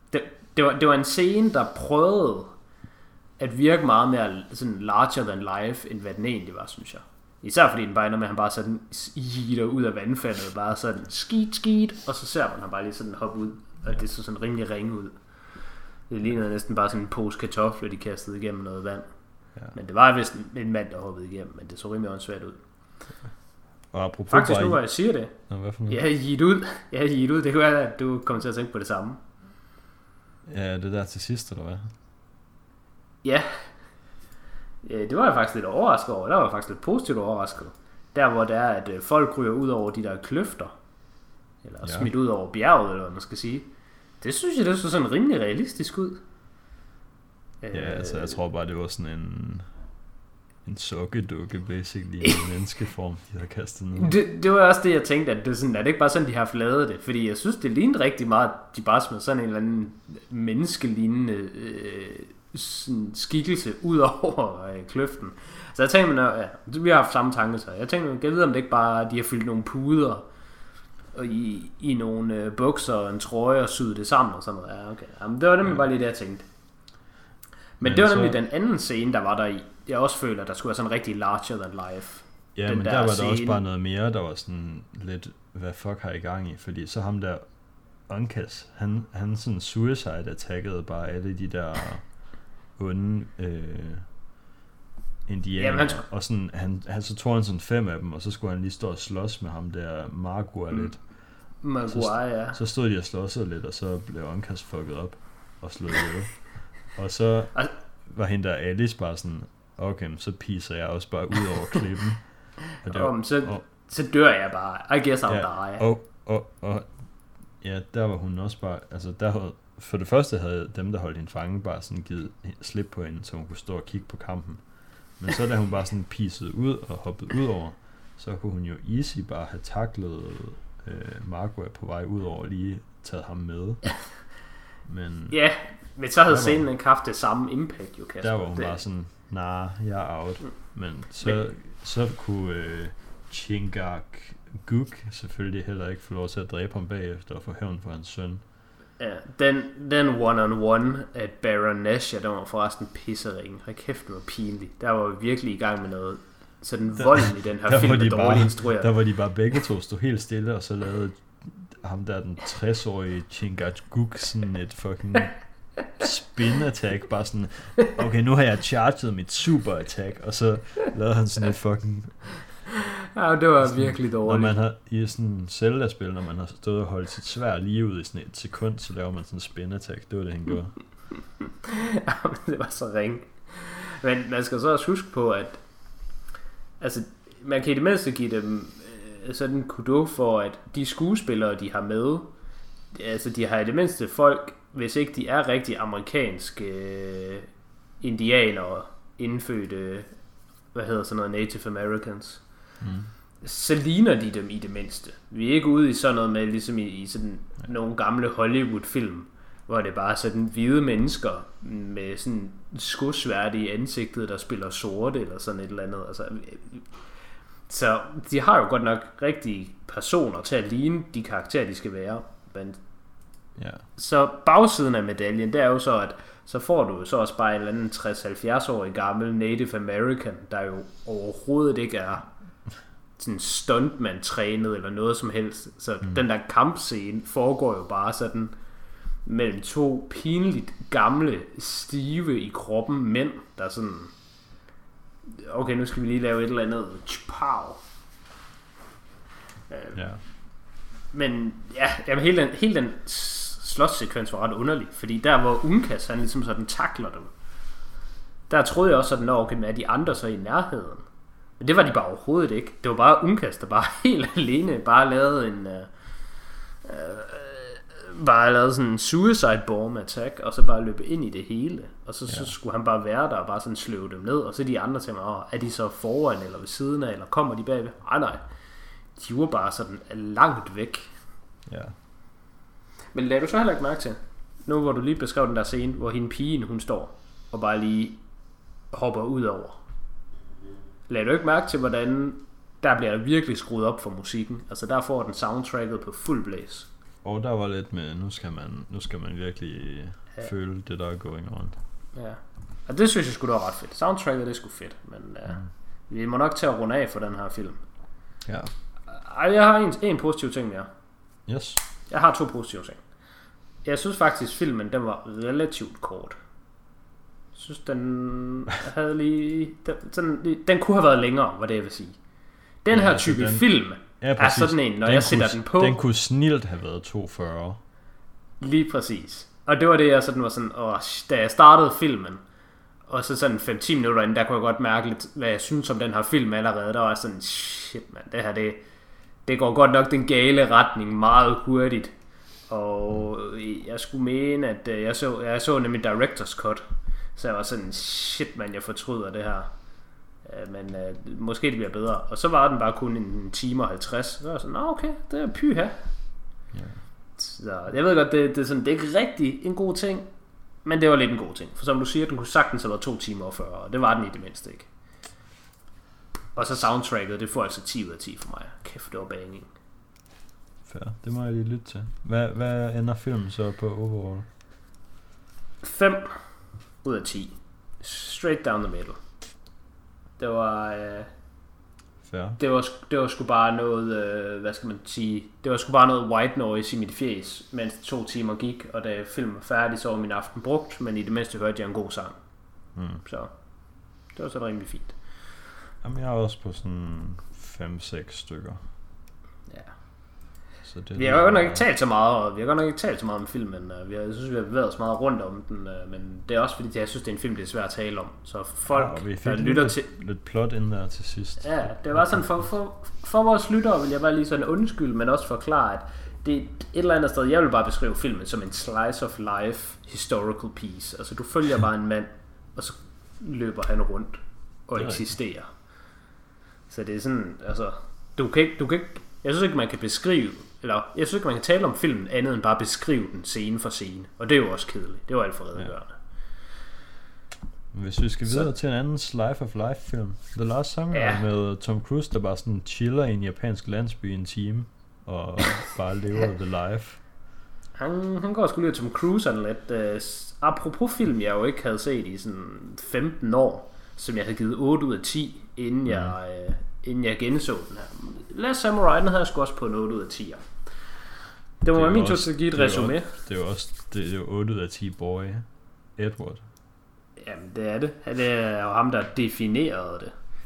Det var en scene, der prøvede at virke meget mere sådan larger than life, end hvad den egentlig var, synes jeg. Især fordi den bare ender med, at han bare sådan jitter ud af vandfaldet, bare sådan skit, og så ser man ham bare lige sådan hoppe ud, og det så sådan rimelig ringe ud. Det lignede næsten bare sådan en pose kartofler, de kastede igennem noget vand. Ja. Men det var vist en mand, der hoppede igennem, men det så rimelig åndssvagt ud. Og apropos faktisk nu, hvor jeg siger det. Nå, hvad for noget? Ja, jit ud. Det kunne være, at du kommer til at tænke på det samme. Ja, det der til sidst, eller hvad? Ja, det var jeg faktisk lidt overrasket over. Der var jeg faktisk lidt positivt overrasket. Der hvor det er, at folk ryger ud over de der kløfter. Eller smidt ud over bjerget, eller hvad man skal sige. Det synes jeg, det så sådan rimelig realistisk ud. Ja, altså jeg tror bare, det var sådan en sokkedukke, basically, i en menneskeform, de havde kastet ned. Det var også det, jeg tænkte, at det er, sådan, er det ikke bare sådan, de har fladet det? Fordi jeg synes, det lignede rigtig meget, at de bare smed sådan en eller anden menneskelignende sådan skikkelse ud over kløften. Så jeg tænkte, vi har haft samme tanke, så jeg tænkte, jeg ved, om det ikke bare, de har fyldt nogle puder og i nogle bukser og en trøje og syet det sammen og sådan noget. Ja, okay. Jamen, det var nemlig bare lige det, jeg tænkte. Men det var nemlig den anden scene, der var der i. Jeg også føler, at der skulle være sådan rigtig larger than life. Ja, den men der var der også bare noget mere, der var sådan lidt, hvad fuck har I gang i? Fordi så ham der Unkas, han sådan suicide-attackede bare alle de der onde indianer. Og sådan, han så tog han sådan 5 af dem, og så skulle han lige stå og slås med ham der Margua lidt. Så stod de og slåsede lidt, og så blev Unkas fucket op og slået ihjel. Og så var hende der Alice bare sådan, okay, så piser jeg også bare ud over klippen. Og så dør jeg bare. I guess I'll die. Og ja, der var hun også bare, altså der havde, for det første havde dem, der holdt hende fange, bare sådan givet slip på hende, så hun kunne stå og kigge på kampen. Men så da hun bare sådan pisede ud og hoppede ud over, så kunne hun jo easy bare have taklet Margua på vej ud over, lige taget ham med. Men ja, men så havde scenen ikke haft det samme impact, jo, Kasper. Der var hun bare sådan, nah, jeg er out. Men så kunne Chingachgook selvfølgelig heller ikke få lov til at dræbe ham bagefter og få hævn for hans søn. Ja, den one-on-one at Baron Nashor, der var forresten pissering. Hold kæft, det var pinligt. Der var vi virkelig i gang med noget sådan vold i den her film, der dårligt instrueret. Der var de bare begge to stod helt stille, og så lavede ham der, den 60-årige Chingachgook, sådan et fucking spin-attack, bare sådan, okay, nu har jeg charget mit super-attack, og så lavede han sådan et fucking Ja, det var virkelig dårligt. Når man har i sådan en Zelda-spil, når man har stået og holdt sit sværd lige ud i sådan et sekund, så laver man sådan en spin-attack. Det var det, han gjorde. Ja, det var så ringe. Men man skal så også huske på, at altså, man kan i det mindste give dem sådan en kudo for, at de skuespillere, de har med, altså de har i det mindste folk, hvis ikke de er rigtig amerikanske indianere, indfødte, hvad hedder sådan noget, Native Americans, så ligner de dem i det mindste. Vi er ikke ude i sådan noget med, ligesom i sådan nogle gamle Hollywood-film, hvor det bare er sådan hvide mennesker med sådan skudsværte i ansigtet, der spiller sorte eller sådan et eller andet. Altså, så de har jo godt nok rigtige personer til at ligne de karakterer, de skal være. Men så bagsiden af medaljen, det er jo så, at så får du så også bare en eller anden 60-70-årig gammel Native American, der jo overhovedet ikke er sådan stuntman-trænet eller noget som helst. Så den der kampscene foregår jo bare sådan mellem to pinligt gamle, stive i kroppen mænd, der sådan, okay, nu skal vi lige lave et eller andet pow. Men ja, hele den slåssekvens var ret underlig, fordi der hvor Unkas han ligesom sådan takler dem, der troede jeg også sådan, okay, er de andre så i nærheden? Men det var de bare overhovedet ikke. Det var bare Unkas, der bare helt alene bare lavede en bare lavede sådan en suicide bomb attack, og så bare løbe ind i det hele, og så skulle han bare være der og bare sådan sløve dem ned, og så de andre til mig, er de så foran eller ved siden af, eller kommer de bagved? Nej, de var bare sådan langt væk. Ja. Men lad du så heller ikke mærke til, nu hvor du lige beskrev den der scene, hvor hende pigen, hun står og bare lige hopper ud over. Lad du ikke mærke til, hvordan der bliver virkelig skruet op for musikken? Altså der får den soundtracket på fuld blæs. Og der var lidt med, nu skal man virkelig føle det, der er going on. Ja, og det synes jeg skulle da ret fedt. Soundtracket, det er sgu fedt, men vi må nok til at runde af for den her film. Ja. Jeg har en positiv ting mere. Yes. Jeg har 2 positive ting. Jeg synes faktisk, filmen, den var relativt kort. Jeg synes, den havde lige... Den kunne have været længere, var det jeg vil sige. Den her type film er sådan en, når jeg sætter den på... Den kunne snilt have været 2:40. Lige præcis. Og det var det, jeg sådan var sådan... da jeg startede filmen, og så sådan 5-10 minutter inden, der kunne jeg godt mærke lidt, hvad jeg synes om den her film allerede. Der var sådan, shit mand, det her, det går godt nok den gale retning meget hurtigt. Og jeg skulle mene, at jeg så nemlig Director's Cut, så jeg var sådan, shit man, jeg fortryder det her. Men måske det bliver bedre. Og så var den bare kun 1 time og 50. Så var jeg sådan, okay, det er pyha. Så jeg ved godt, det er sådan, det er ikke rigtig en god ting, men det var lidt en god ting. For som du siger, den kunne sagtens have været 2 timer og 40, og det var den i det mindste ikke. Og så soundtracket, det får altså 10 ud af 10 for mig. Kæft, det var banging. Fair, det må jeg lige lytte til. Hvad ender filmen så på overall? 5 ud af 10. Straight down the middle. Det var... Det var sgu bare noget, hvad skal man sige, det var sgu bare noget white noise i mit fjes, mens 2 timer gik, og da filmen var færdig, så var min aften brugt, men i det mindste hørte jeg en god sang. Så det var så rimelig fint. Jamen jeg er også på sådan 5-6 stykker. Ja. Så det vi har godt nok ikke talt så meget, om filmen. Jeg synes, vi har bevæget os meget rundt om den, men det er også fordi, jeg synes, det er en film, det er svært at tale om. Så folk, der lytter til... lidt plot ind der til sidst. Ja, det var sådan, for vores lyttere vil jeg bare lige sådan undskylde, men også forklare, at det er et eller andet sted, jeg vil bare beskrive filmen som en slice of life historical piece. Altså, du følger bare en mand, og så løber han rundt og eksisterer. Så det er sådan, altså, du kan ikke, jeg synes ikke, man kan beskrive, eller jeg synes ikke, man kan tale om filmen andet end bare beskrive den scene for scene. Og det er jo også kedeligt. Det var alt for redegørende. Hvis vi skal videre til en anden Life of Life film, The Last Samurai med Tom Cruise, der bare sådan chiller i en japansk landsby i en time og bare lever the life. Han går sgu lige Tom Cruise sådan lidt. Apropos film, jeg jo ikke havde set i sådan 15 år, som jeg havde givet 8 ud af 10, inden jeg genså den her. Last Samurai, den havde jeg sgu også på en 8 ud af 10'er. Det må være min tur til at give et resume. Det er jo 8 ud af 10 boy Edward. Jamen det er det. Det er jo ham, der definerede det.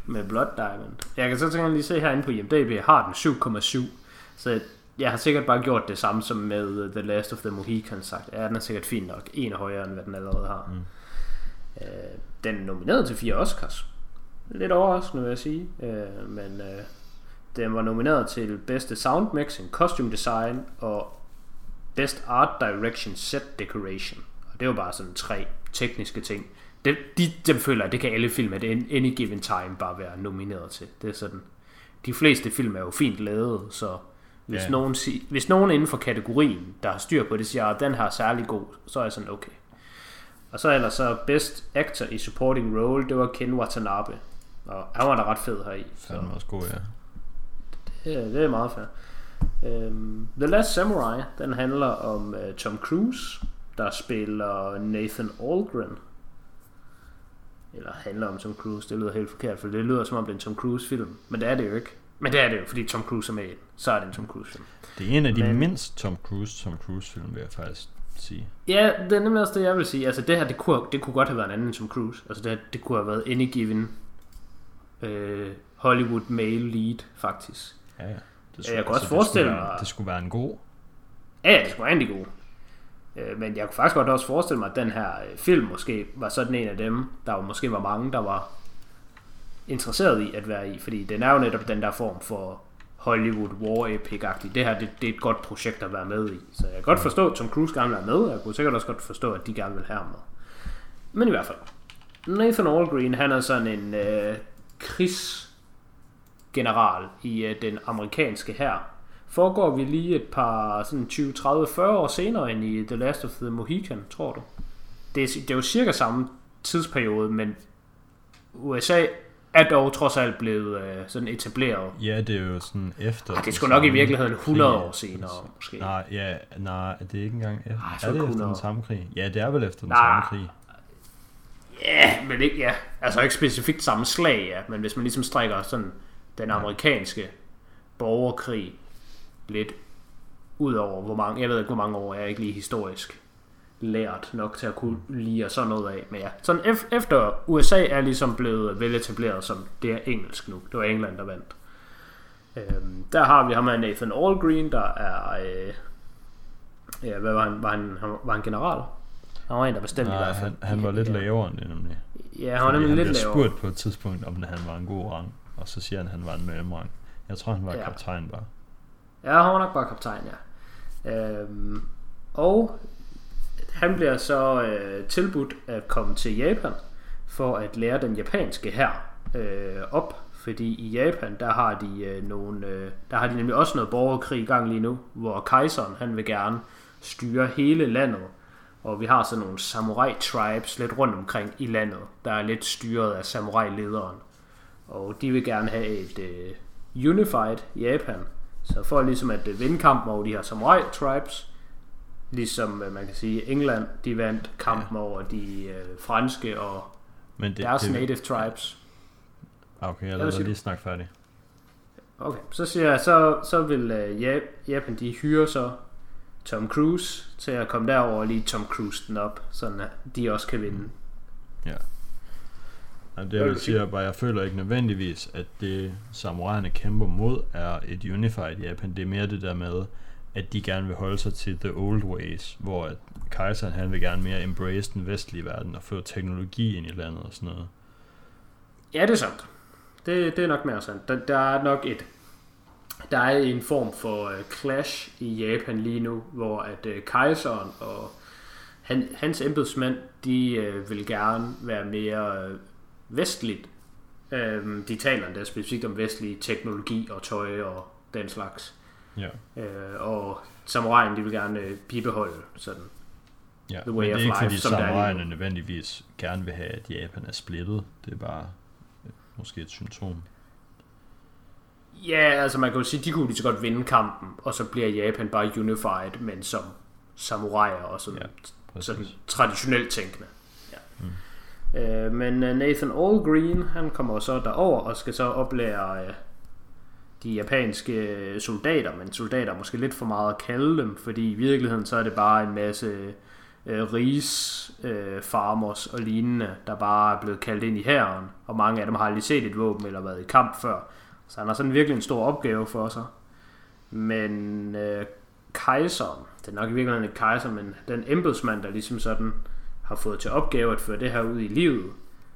med Blood Diamond. Jeg kan så lige se herinde på IMDb, har den 7,7. Så jeg har sikkert bare gjort det samme som med The Last of the Mohicans sagt. Ja, den er sikkert fin nok. En højere, end hvad den allerede har. Den er nomineret til 4 Oscars. Lidt overraskende, vil jeg sige. Men den var nomineret til bedste sound mixing, costume design og best art direction, set decoration. Og det var bare sådan 3 tekniske ting. Dem føler, at det kan alle film at any given time bare være nomineret til. Det er sådan. De fleste film er jo fint lavet, så hvis nogen inden for kategorien, der har styr på det, siger, at den her er særlig god, så er jeg sådan, okay. Og så ellers så best actor i supporting role, det var Ken Watanabe. Og han var da ret fed heri. Så. Han var også god, ja. Det er meget fair. The Last Samurai, den handler om Tom Cruise, der spiller Nathan Algren. Eller handler om Tom Cruise, det lyder helt forkert, for det lyder som om det er en Tom Cruise film. Men det er det jo ikke. Men det er det jo, fordi Tom Cruise er med i den. Så er det en Tom Cruise film. Det er en af de mindst Tom Cruise film, vil jeg faktisk sige. Ja, det er nemlig også det, jeg vil sige. Altså det her, det kunne godt have været en anden Tom Cruise. Altså det kunne have været any given Hollywood male lead, faktisk. Ja. Jeg kan også forestille mig... Det skulle være en god. Ja, det skulle være en god. Men jeg kunne faktisk godt også forestille mig, at den her film måske var sådan en af dem, der måske var mange, der var interesseret i at være i. Fordi den er jo netop den der form for Hollywood war epic-agtig. Det her, det er et godt projekt at være med i. Så jeg kan godt forstå, at Tom Cruise gerne vil være med. Jeg kunne sikkert også godt forstå, at de gerne vil have med. Men i hvert fald. Nathan Algren, han er sådan en krigsgeneral i den amerikanske hær. Foregår vi lige et par sådan 20, 30, 40 år senere end i The Last of the Mohican, tror du? Det er jo cirka samme tidsperiode, men USA er dog trods alt blevet sådan etableret. Ja, det er jo sådan efter... det er sgu nok i virkeligheden 100 år senere, måske. Nej, det er ikke engang efter. Er det efter den samme krig? Ja, det er vel efter den samme krig. Ja, men ikke, altså ikke specifikt samme slag, ja. Men hvis man ligesom strækker sådan den amerikanske borgerkrig lidt ud over, hvor mange, jeg ved ikke, hvor mange år, jeg er ikke lige historisk lært nok til at kunne lide sådan noget af, men ja, sådan efter USA er ligesom blevet veletableret som det er engelsk nu, det var England, der vandt. Der har vi ham af Nathan Algren, der er hvad var han general? Han var en, der bestemte i hvert fald. Han var lidt lavere end det, nemlig. Ja, han var nemlig lidt lavere. Han blev spurgt på et tidspunkt, om han var en god rang, og så siger han var en mellemrang. Jeg tror, han var kaptajn bare. Ja, han var nok bare kaptajn, ja. Og han bliver så tilbudt at komme til Japan for at lære den japanske hær op, fordi i Japan der har de nemlig også noget borgerkrig i gang lige nu, hvor kejseren han vil gerne styre hele landet, og vi har sådan nogle samurai tribes lidt rundt omkring i landet, der er lidt styret af samurai-lederen, og de vil gerne have et unified Japan. Så for ligesom at vinde kampen over de her samurai tribes, ligesom man kan sige England, de vandt kampen over de franske og deres native tribes. Okay, jeg lader dig lige snakke færdig. Okay, så siger jeg, så vil Japan, de hyre så Tom Cruise til at komme derover og lige Tom Cruise den op, sådan at de også kan vinde. Ja. Det jeg vil sige er bare, jeg føler ikke nødvendigvis, at det samuraierne kæmper mod er et unified Japan. Det er mere det der med, at de gerne vil holde sig til the old ways, hvor at kejseren han vil gerne mere embrace den vestlige verden og få teknologi ind i landet og sådan noget. Ja, det er sandt. Det er nok mere sandt. Der er en form for clash i Japan lige nu, hvor at kejseren og hans embedsmænd, de vil gerne være mere vestligt. De taler endda specifikt om vestlig teknologi og tøj og den slags. Ja. Og samuraien, de vil gerne bibeholde sådan. Ja, men det er ikke fordi samuraierne nødvendigvis gerne vil have, at Japan er splittet. Det er bare måske et symptom. Ja, altså man kan jo sige, de kunne lige så godt vinde kampen, og så bliver Japan bare unified, men som samuraier og sådan traditionelt tænkende. Ja. Men Nathan Algren, han kommer så derover og skal så oplære de japanske soldater, men soldater måske lidt for meget at kalde dem, fordi i virkeligheden så er det bare en masse farmers og lignende, der bare er blevet kaldt ind i hæren, og mange af dem har aldrig set et våben eller været i kamp før. Så han har sådan virkelig en stor opgave for sig. Men kejseren, det er nok i virkeligheden ikke kejser, men den embedsmand, der ligesom sådan har fået til opgave at føre det her ud i livet,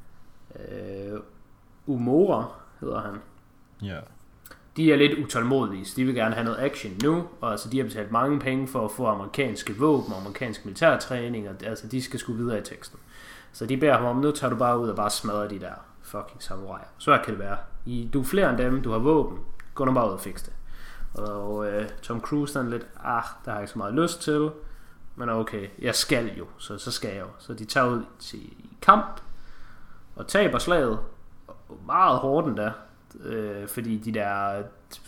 Umora hedder han. Ja. De er lidt utålmodige, så de vil gerne have noget action nu, og altså de har betalt mange penge for at få amerikanske våben og amerikansk militærtræning, og altså de skal sgu videre i teksten. Så de beder ham om, nu tager du bare ud og bare smadrer de der fucking samuraier. Så kan det være. Du er flere end dem, du har våben, gå nu bare ud og fikse det. Og Tom Cruise er lidt, det har jeg ikke så meget lyst til, men okay, jeg skal jo, så skal jeg jo. Så de tager ud til kamp, og taber slaget, meget hårdt endda, fordi de der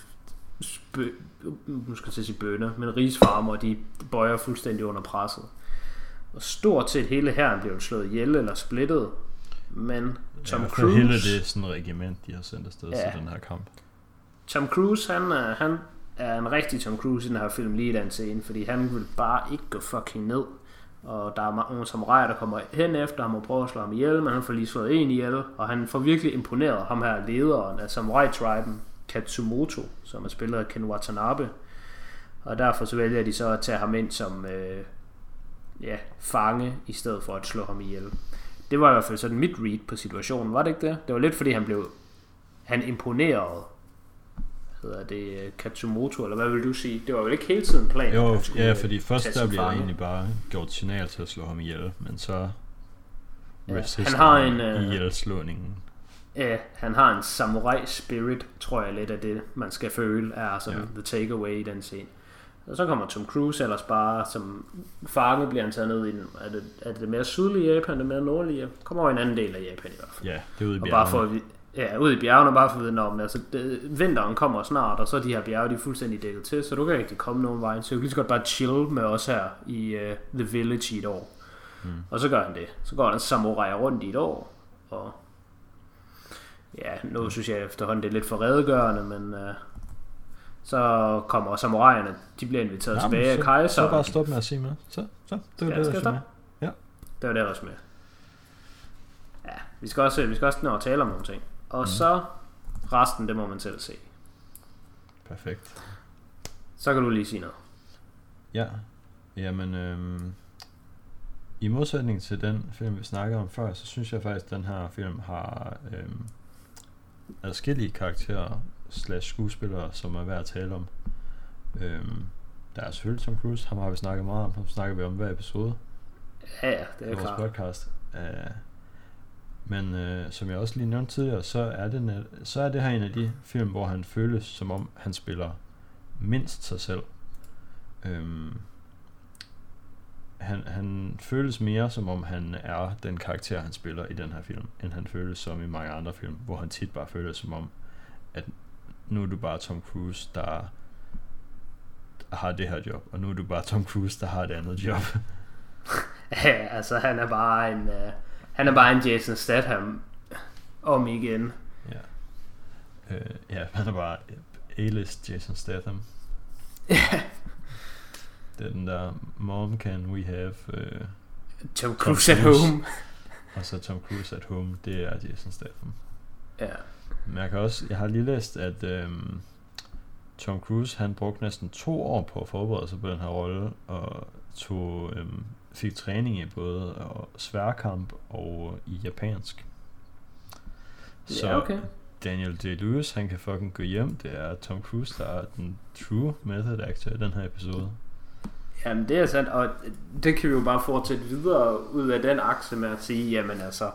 nu skal jeg sige bønner, men risfarmer, de bøjer fuldstændig under presset. Og stort set hele hæren bliver slået ihjel eller splittet, men Tom Cruise... hele det sådan regiment, de har sendt afsted til den her kamp. Tom Cruise, han er en rigtig Tom Cruise i den her film lige i den scene, fordi han vil bare ikke gå fucking ned. Og der er nogle samuraier, der kommer hen efter ham og prøver at slå ham ihjel, men han får lige slået en ihjel, og han får virkelig imponeret ham her, lederen af samurai-triben, Katsumoto, som er spillet af Ken Watanabe. Og derfor så vælger de så at tage ham ind som fange, i stedet for at slå ham ihjel. Det var i hvert fald sådan mit read på situationen, var det ikke det? Det var lidt fordi han imponerede, hedder det Katsumoto, eller hvad vil du sige? Det var vel ikke hele tiden planen? Jo, ja, fordi først der bliver der egentlig bare gjort signal til at slå ham ihjel, men så han har en ihjelslåningen. Ja, han har en samurai spirit, tror jeg lidt af det, man skal føle, er sådan the takeaway i den scene. Og så kommer Tom Cruise ellers bare som fange, bliver han taget ned i er det mere sydlige Japan, det mere nordlige Japan? Kommer over en anden del af Japan i hvert fald. Ja, det er ude i bjergene. Ude i bjergene, bare for at vide om altså, vinteren kommer snart, og så er de her bjerge, de er fuldstændig dækket til, så du kan ikke komme nogen vej. Så du kan lige så godt bare chill med os her i The Village i et år. Og så gør han det. Så går han samurai rundt i et år, og nu synes jeg efterhånden det er lidt for redegørende, men så kommer samuraierne, de bliver inviteret tilbage af kejseren. Så bare stop med at sige med. Så det var det, der med. Ja. Det var det også med. Ja, vi skal også nå at tale om nogle ting. Og så resten, det må man selv se. Perfekt. Så kan du lige sige noget. Ja, jamen i modsætning til den film, vi snakkede om før, så synes jeg faktisk, at den her film har adskillige karakterer / skuespillere, som er værd at tale om. Der er selvfølgelig Tom Cruise, ham har vi snakket meget om, ham snakker vi om hver episode. Ja, det er klart. Vores podcast. Men som jeg også lige nævnte tidligere, så er det her en af de film, hvor han føles som om han spiller mindst sig selv. Han føles mere som om han er den karakter han spiller i den her film, end han føles som i mange andre film, hvor han tit bare føles som om at nu er du bare Tom Cruise, der har det her job, og nu er du bare Tom Cruise, der har et andet job. Ja, altså han er bare en Jason Statham om igen. Ja, han er bare A-list Jason Statham. Det er den der Mom Can We Have Tom Cruise at Home. Og så Tom Cruise at Home, det er Jason Statham. Ja. Men jeg har lige læst, at Tom Cruise, han brugte næsten 2 år på at forberede sig på den her rolle, og fik træning i både sværkamp og i japansk. Så okay. Daniel Day-Lewis, han kan fucking gå hjem. Det er Tom Cruise, der er den true method actor i den her episode. Jamen det er sandt, og det kan vi jo bare fortsætte videre ud af den akse med at sige, jamen altså,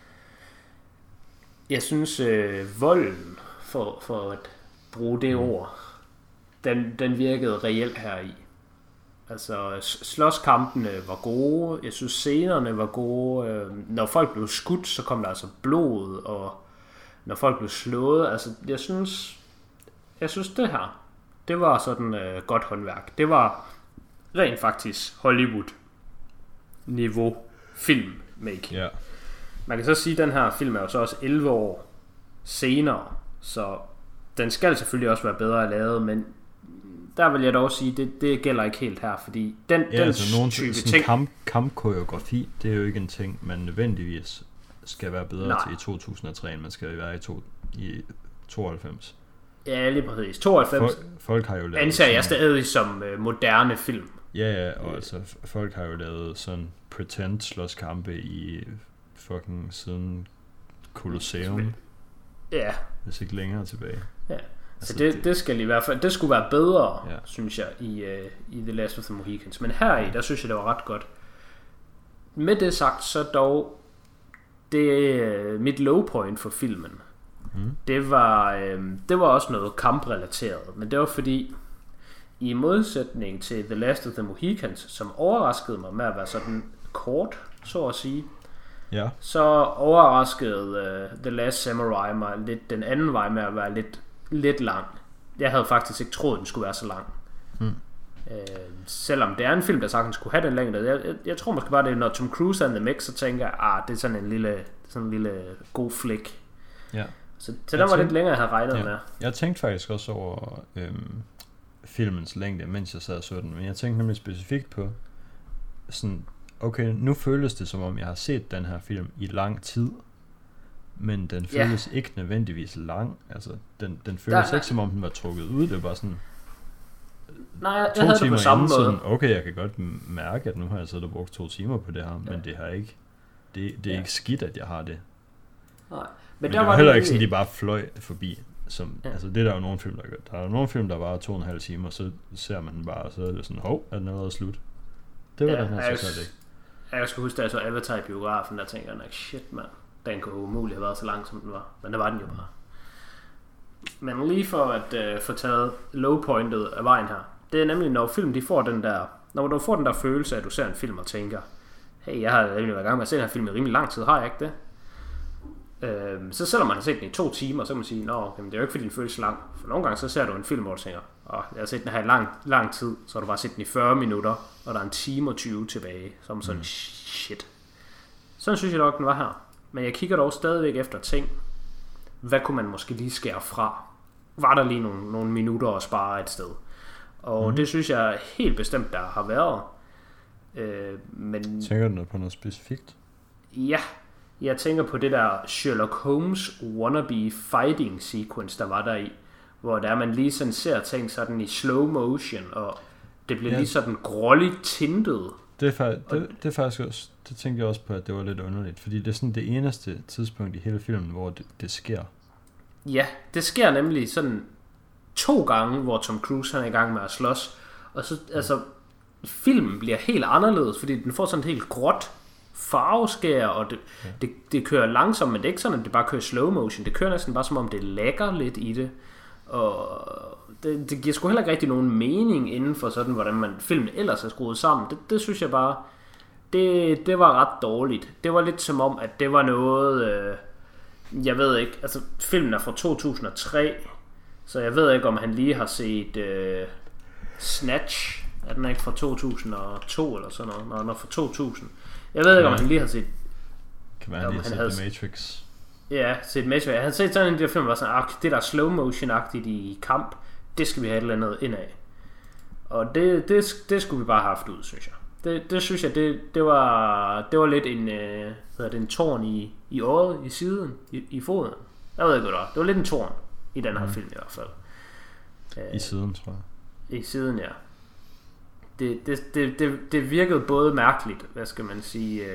jeg synes volden, for at bruge det ord, den virkede reelt her i. Altså slåskampene var gode, jeg synes scenerne var gode, når folk blev skudt, så kom der altså blod, og når folk blev slået, altså jeg synes det her, det var sådan godt håndværk. Det var rent faktisk Hollywood-niveau filmmaking. Yeah. Man kan så sige, at den her film er jo så også 11 år senere, så den skal selvfølgelig også være bedre lavet, men der vil jeg dog sige, det gælder ikke helt her, fordi den altså nogle type ting... Kampkoreografi, det er jo ikke en ting, man nødvendigvis skal være bedre til i 2003, end man skal være i 92. Ja, lige præcis. 92 folk har jo lavet anser jeg stadig som moderne film. Ja, og altså folk har jo lavet sådan pretend slåskampe i fucking siden Colosseum. Ja. Hvis ikke længere tilbage. Ja. Altså det skal i hvert fald, det skulle være bedre, synes jeg, i The Last of the Mohicans. Men her der synes jeg, det var ret godt. Med det sagt, så dog det mit low point for filmen. Det var også noget kamprelateret, men det var fordi i modsætning til The Last of the Mohicans, som overraskede mig med at være sådan kort, så at sige, så overraskede The Last Samurai mig lidt den anden vej med at være lidt lang. Jeg havde faktisk ikke troet, den skulle være så lang. Selvom det er en film, der sagtens skulle have den længde. Jeg tror måske bare, det er, når Tom Cruise er in the mix, så tænker jeg, det er sådan en lille god flik. Ja. Så den var lidt længere, jeg havde regnet med. Jeg tænkte faktisk også over filmens længde, mens jeg sad og så den. Men jeg tænkte nemlig specifikt på sådan, okay, nu føles det som om, jeg har set den her film i lang tid. Men den føles ikke nødvendigvis lang. Altså, den føles ikke som om, den var trukket ud. Det var sådan... Nej, jeg havde det på samme måde. Sådan, okay, jeg kan godt mærke, at nu har jeg siddet og brugt 2 timer på det her, men det har ikke... Det er ikke skidt, at jeg har det. Nej. Men det var heller ikke sådan, de bare fløj forbi. Altså, det er der jo nogle film, der gør. Der er jo nogle film, der var 2,5 timer, så ser man den bare, og så er det sådan, er den allerede slut. Det var den her, så ikke. Jeg skal huske, da jeg så Avatar i biografen, der tænker jeg, shit mand, den kunne umuligt have været så lang, som den var. Men det var den jo bare. Men lige for at få taget low pointet af vejen her, det er nemlig, når film, de får den der, når du får den der følelse af, at du ser en film og tænker, hey, jeg har rimelig været i gang med at se den her film i rimelig lang tid, har jeg ikke det? Så selvom man har set den i 2 timer, så kan man sige, okay, det er jo ikke fordi den føles lang. For nogle gange så ser du en film, hvor du tænker, jeg har set den her i lang tid, så har du bare set den i 40 minutter, og der er 1 time og 20 tilbage, som sådan, shit. Sådan synes jeg nok, den var her. Men jeg kigger dog stadigvæk efter ting. Hvad kunne man måske lige skære fra? Var der lige nogle minutter at spare et sted? Og det synes jeg helt bestemt, der har været. Men tænker du på noget specifikt? Ja, jeg tænker på det der Sherlock Holmes wannabe fighting sequence, der var der i, hvor der man lige sådan ser ting sådan i slow motion, og det bliver lige sådan gråligt tintet. Det er faktisk også, det tænkte jeg også på, at det var lidt underligt, fordi det er sådan det eneste tidspunkt i hele filmen, hvor det sker. Ja, det sker nemlig sådan 2 gange, hvor Tom Cruise han er i gang med at slås, og så altså filmen bliver helt anderledes, fordi den får sådan et helt gråt farveskær, og det kører langsomt, men det er ikke sådan, at det bare kører slow motion. Det kører næsten bare som om det lægger lidt i det, og det giver sgu heller ikke rigtig nogen mening inden for sådan, hvordan filmen ellers er skruet sammen. Det synes jeg bare, det var ret dårligt. Det var lidt som om, at det var noget, jeg ved ikke, altså filmen er fra 2003, så jeg ved ikke, om han lige har set Snatch. Er den ikke fra 2002 eller sådan noget? Når den er fra 2000. Jeg ved ikke, om han lige har set... Kan være, han lige har set The Matrix. Ja, set Matrix. Jeg havde set sådan en af de der film, var sådan, det der slow motion-agtigt i kamp, det skal vi have et eller andet ind af. Og det skulle vi bare have haft ud, synes jeg. Det synes jeg, det var lidt en tårn i øjet, i siden, i foden. Jeg ved ikke, hvad det var. Det var lidt en tårn i den her film i hvert fald. I siden, tror jeg. I siden, ja. Det virkede både mærkeligt, hvad skal man sige,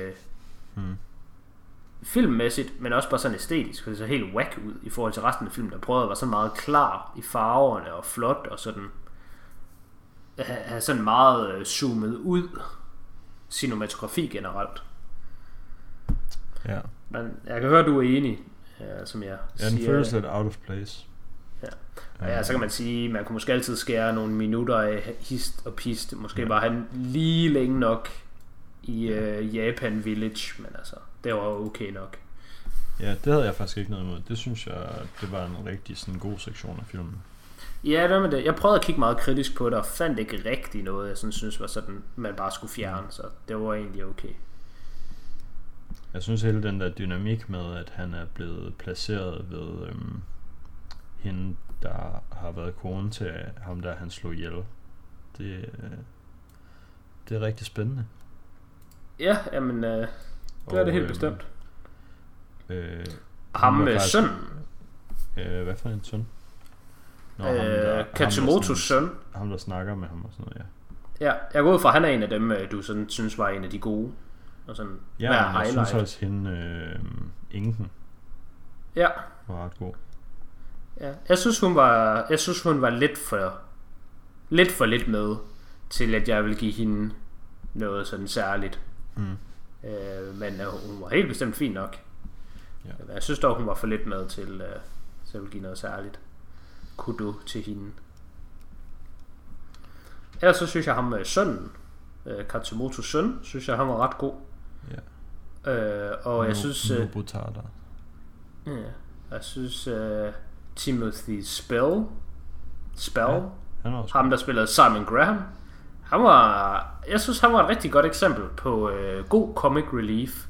filmmæssigt, men også bare sådan æstetisk, for det så helt whack ud i forhold til resten af filmen, der prøvede at være så meget klar i farverne og flot og sådan have sådan meget zoomet ud cinematografi generelt. Ja. Men jeg kan høre, du er enig, som jeg siger. Ja, den føles lidt out of place. Ja, så kan man sige, man kunne måske altid skære nogle minutter af hist og pist, måske bare have lige længe nok i Japan Village, men altså, det var okay nok. Ja, det havde jeg faktisk ikke noget imod. Det synes jeg, det var en rigtig sådan god sektion af filmen. Ja, hvad med det? Jeg prøvede at kigge meget kritisk på det, og fandt ikke rigtig noget, jeg sådan synes var sådan, man bare skulle fjerne, så det var egentlig okay. Jeg synes hele den der dynamik med, at han er blevet placeret ved hende, der har været kone til ham, der han slog ihjel. Det er rigtig spændende. Ja, jamen, det er det helt bestemt. Ham med søn. Hvad for en søn? Katsumotos søn. Ham, der snakker med ham og sådan noget, ja. Ja, jeg går ud fra, han er en af dem, du sådan synes var en af de gode. Og sådan, ja, jeg synes også hende, Inken. Ja. Var ret god. Ja, jeg synes hun var lidt for lidt med til at jeg vil give hende noget sådan særligt. Men hun var helt bestemt fin nok. Ja. Jeg synes dog hun var for lidt med til at jeg vil give noget særligt kudo til hende. Ellers så synes jeg ham med sønnen, Katsumotos søn, synes jeg han var ret god. Ja. Og jeg synes jeg synes Timothy Spell, ja, ham der spillede Simon Graham, jeg synes han var et rigtig godt eksempel på god comic relief.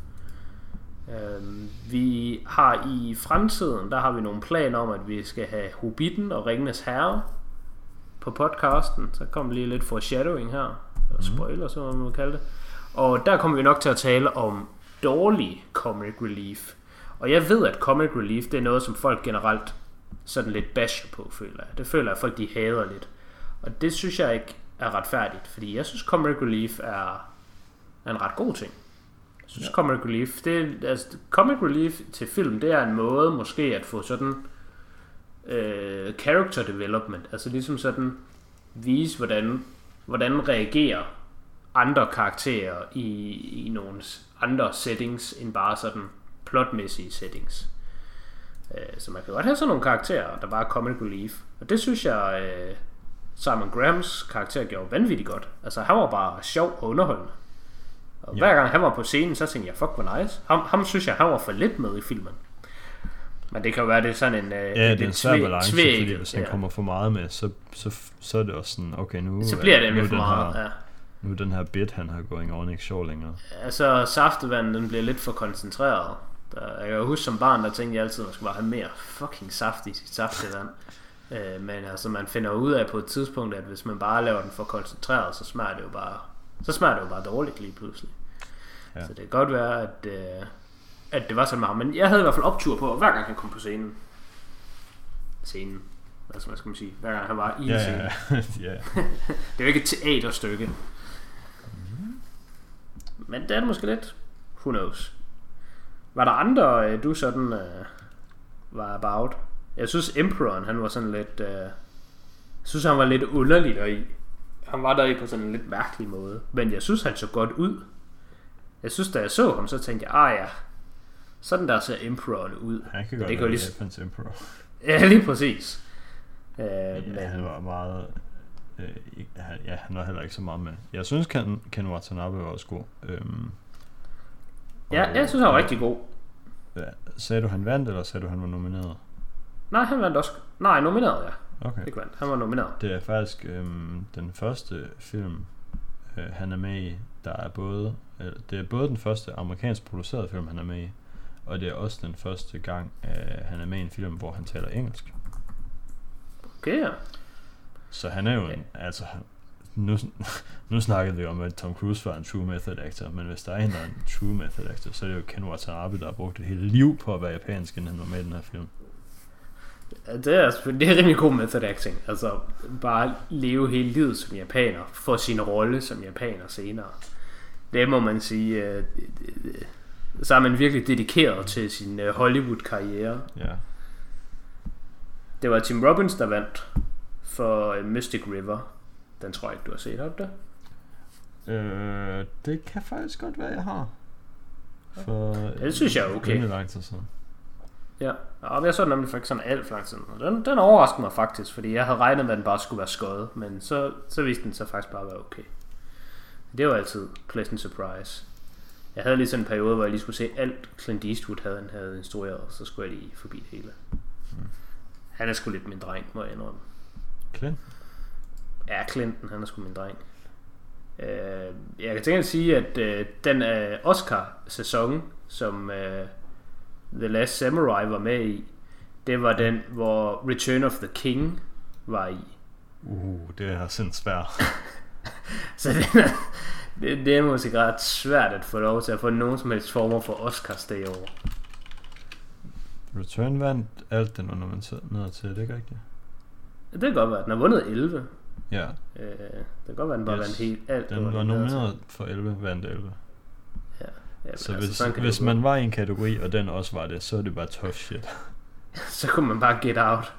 Vi har i fremtiden, der har vi nogle planer om, at vi skal have Hobbiten og Ringenes Herre på podcasten. Så kommer lige lidt foreshadowing her, og spoiler, så man må kalde det. Og der kommer vi nok til at tale om dårlig comic relief. Og jeg ved, at comic relief, det er noget, som folk generelt sådan lidt basher på, føler jeg. Det føler jeg, at folk de hader lidt. Og det synes jeg ikke er retfærdigt, fordi jeg synes, comic relief er en ret god ting. Jeg synes, comic relief, comic relief til film, det er en måde måske at få sådan character development, altså ligesom sådan vise, hvordan reagerer andre karakterer i nogle andre settings, end bare sådan plotmæssige settings. Så man kan godt have sådan nogle karakterer, der bare er comic relief. Og det synes jeg, Simon Grahams karakter gjorde vanvittigt godt. Altså han var bare sjov og underholdende. Og hver gang han var på scenen, så tænkte jeg, fuck hvor nice. Ham synes jeg, han var for lidt med i filmen. Men det kan jo være, det er sådan en det er en svær balance, fordi hvis han kommer for meget med, så er det også sådan, okay, nu så bliver det for meget, her, nu er den her bit, han har going on, ikke sjov længere. Altså, saftevand, den bliver lidt for koncentreret. Jeg kan jo huske som barn, der tænkte jeg altid, at man skulle bare have mere fucking saft i sit saftevand. Men altså, man finder ud af på et tidspunkt, at hvis man bare laver den for koncentreret, så smager det jo bare dårligt lige pludselig. Ja. Så det kan godt være, at det var sådan meget. Men jeg havde i hvert fald optur på, hver gang han kom på scenen, altså hvad skal man sige, hver gang han var i scenen. Ja. Det er jo ikke et teaterstykke. Men det er det måske lidt. Who knows. Var der andre, du sådan var about? Jeg synes Emperoren, han var sådan lidt, jeg synes han var lidt underlig deri. Han var der i på sådan en lidt mærkelig måde. Men jeg synes han så godt ud. Jeg synes da jeg så ham, så tænkte jeg, ja, sådan der ser Emperoren ud. Han kan godt være Japans Emperor. Ja, lige præcis. Men han var meget han var heller ikke så meget med. Jeg synes Ken Watanabe var også god. Jeg synes han var rigtig god. Sagde du han vandt, eller sagde du han var nomineret? Nej, han vandt også. Nej, nomineret, ja. Okay. Ikke vandt. Han var nomineret. Det er faktisk den første film han er med i, der er det er både den første amerikansk producerede film han er med i, og det er også den første gang han er med i en film, hvor han taler engelsk. Okay, ja. Så han er jo altså nu snakkede vi om, at Tom Cruise var en true method actor, men hvis der er en, der er en true method actor, så er det jo Ken Watanabe, der har brugt et helt liv på at være japansk, inden han var med i den her film. Det er rimelig god method acting. Altså bare leve hele livet som japaner, få sin rolle som japaner senere. Det må man sige, så er man virkelig dedikeret til sin Hollywood-karriere. Ja. Det var Tim Robbins, der vandt for Mystic River. Den tror jeg ikke, du har set, har du det? Det kan faktisk godt være, jeg har. For det synes jeg er okay. Lang tid siden. Ja, og jeg så den nemlig for ikke sådan alt for lang tid. Den overraskede mig faktisk, fordi jeg havde regnet med, at den bare skulle være skøjet, men så viste den så faktisk bare være okay. Det var altid pleasant surprise. Jeg havde lige sådan en periode, hvor jeg lige skulle se alt Clint Eastwood havde instrueret, og så skulle jeg lige forbi det hele. Han er sgu lidt min dreng, må jeg indrømme. Clint? Ja, Clinton, han er sgu min dreng. Jeg kan tænke at sige, at den Oscar-sæson, som The Last Samurai var med i, det var den, hvor Return of the King var i. Det er sådan svært. Så det er måske ret svært at få lov til at få nogen som helst former for Oscars det år. Return vandt alt det, når man ned til, det er ikke rigtigt? Det kan godt være, den har vundet 11. Ja. Det kan godt være, den bare vandt helt alt. Den var nomineret for 11, vandt 11. Ja, så hvis man var i en kategori, og den også var det, så er det bare tough shit. Så kunne man bare get out.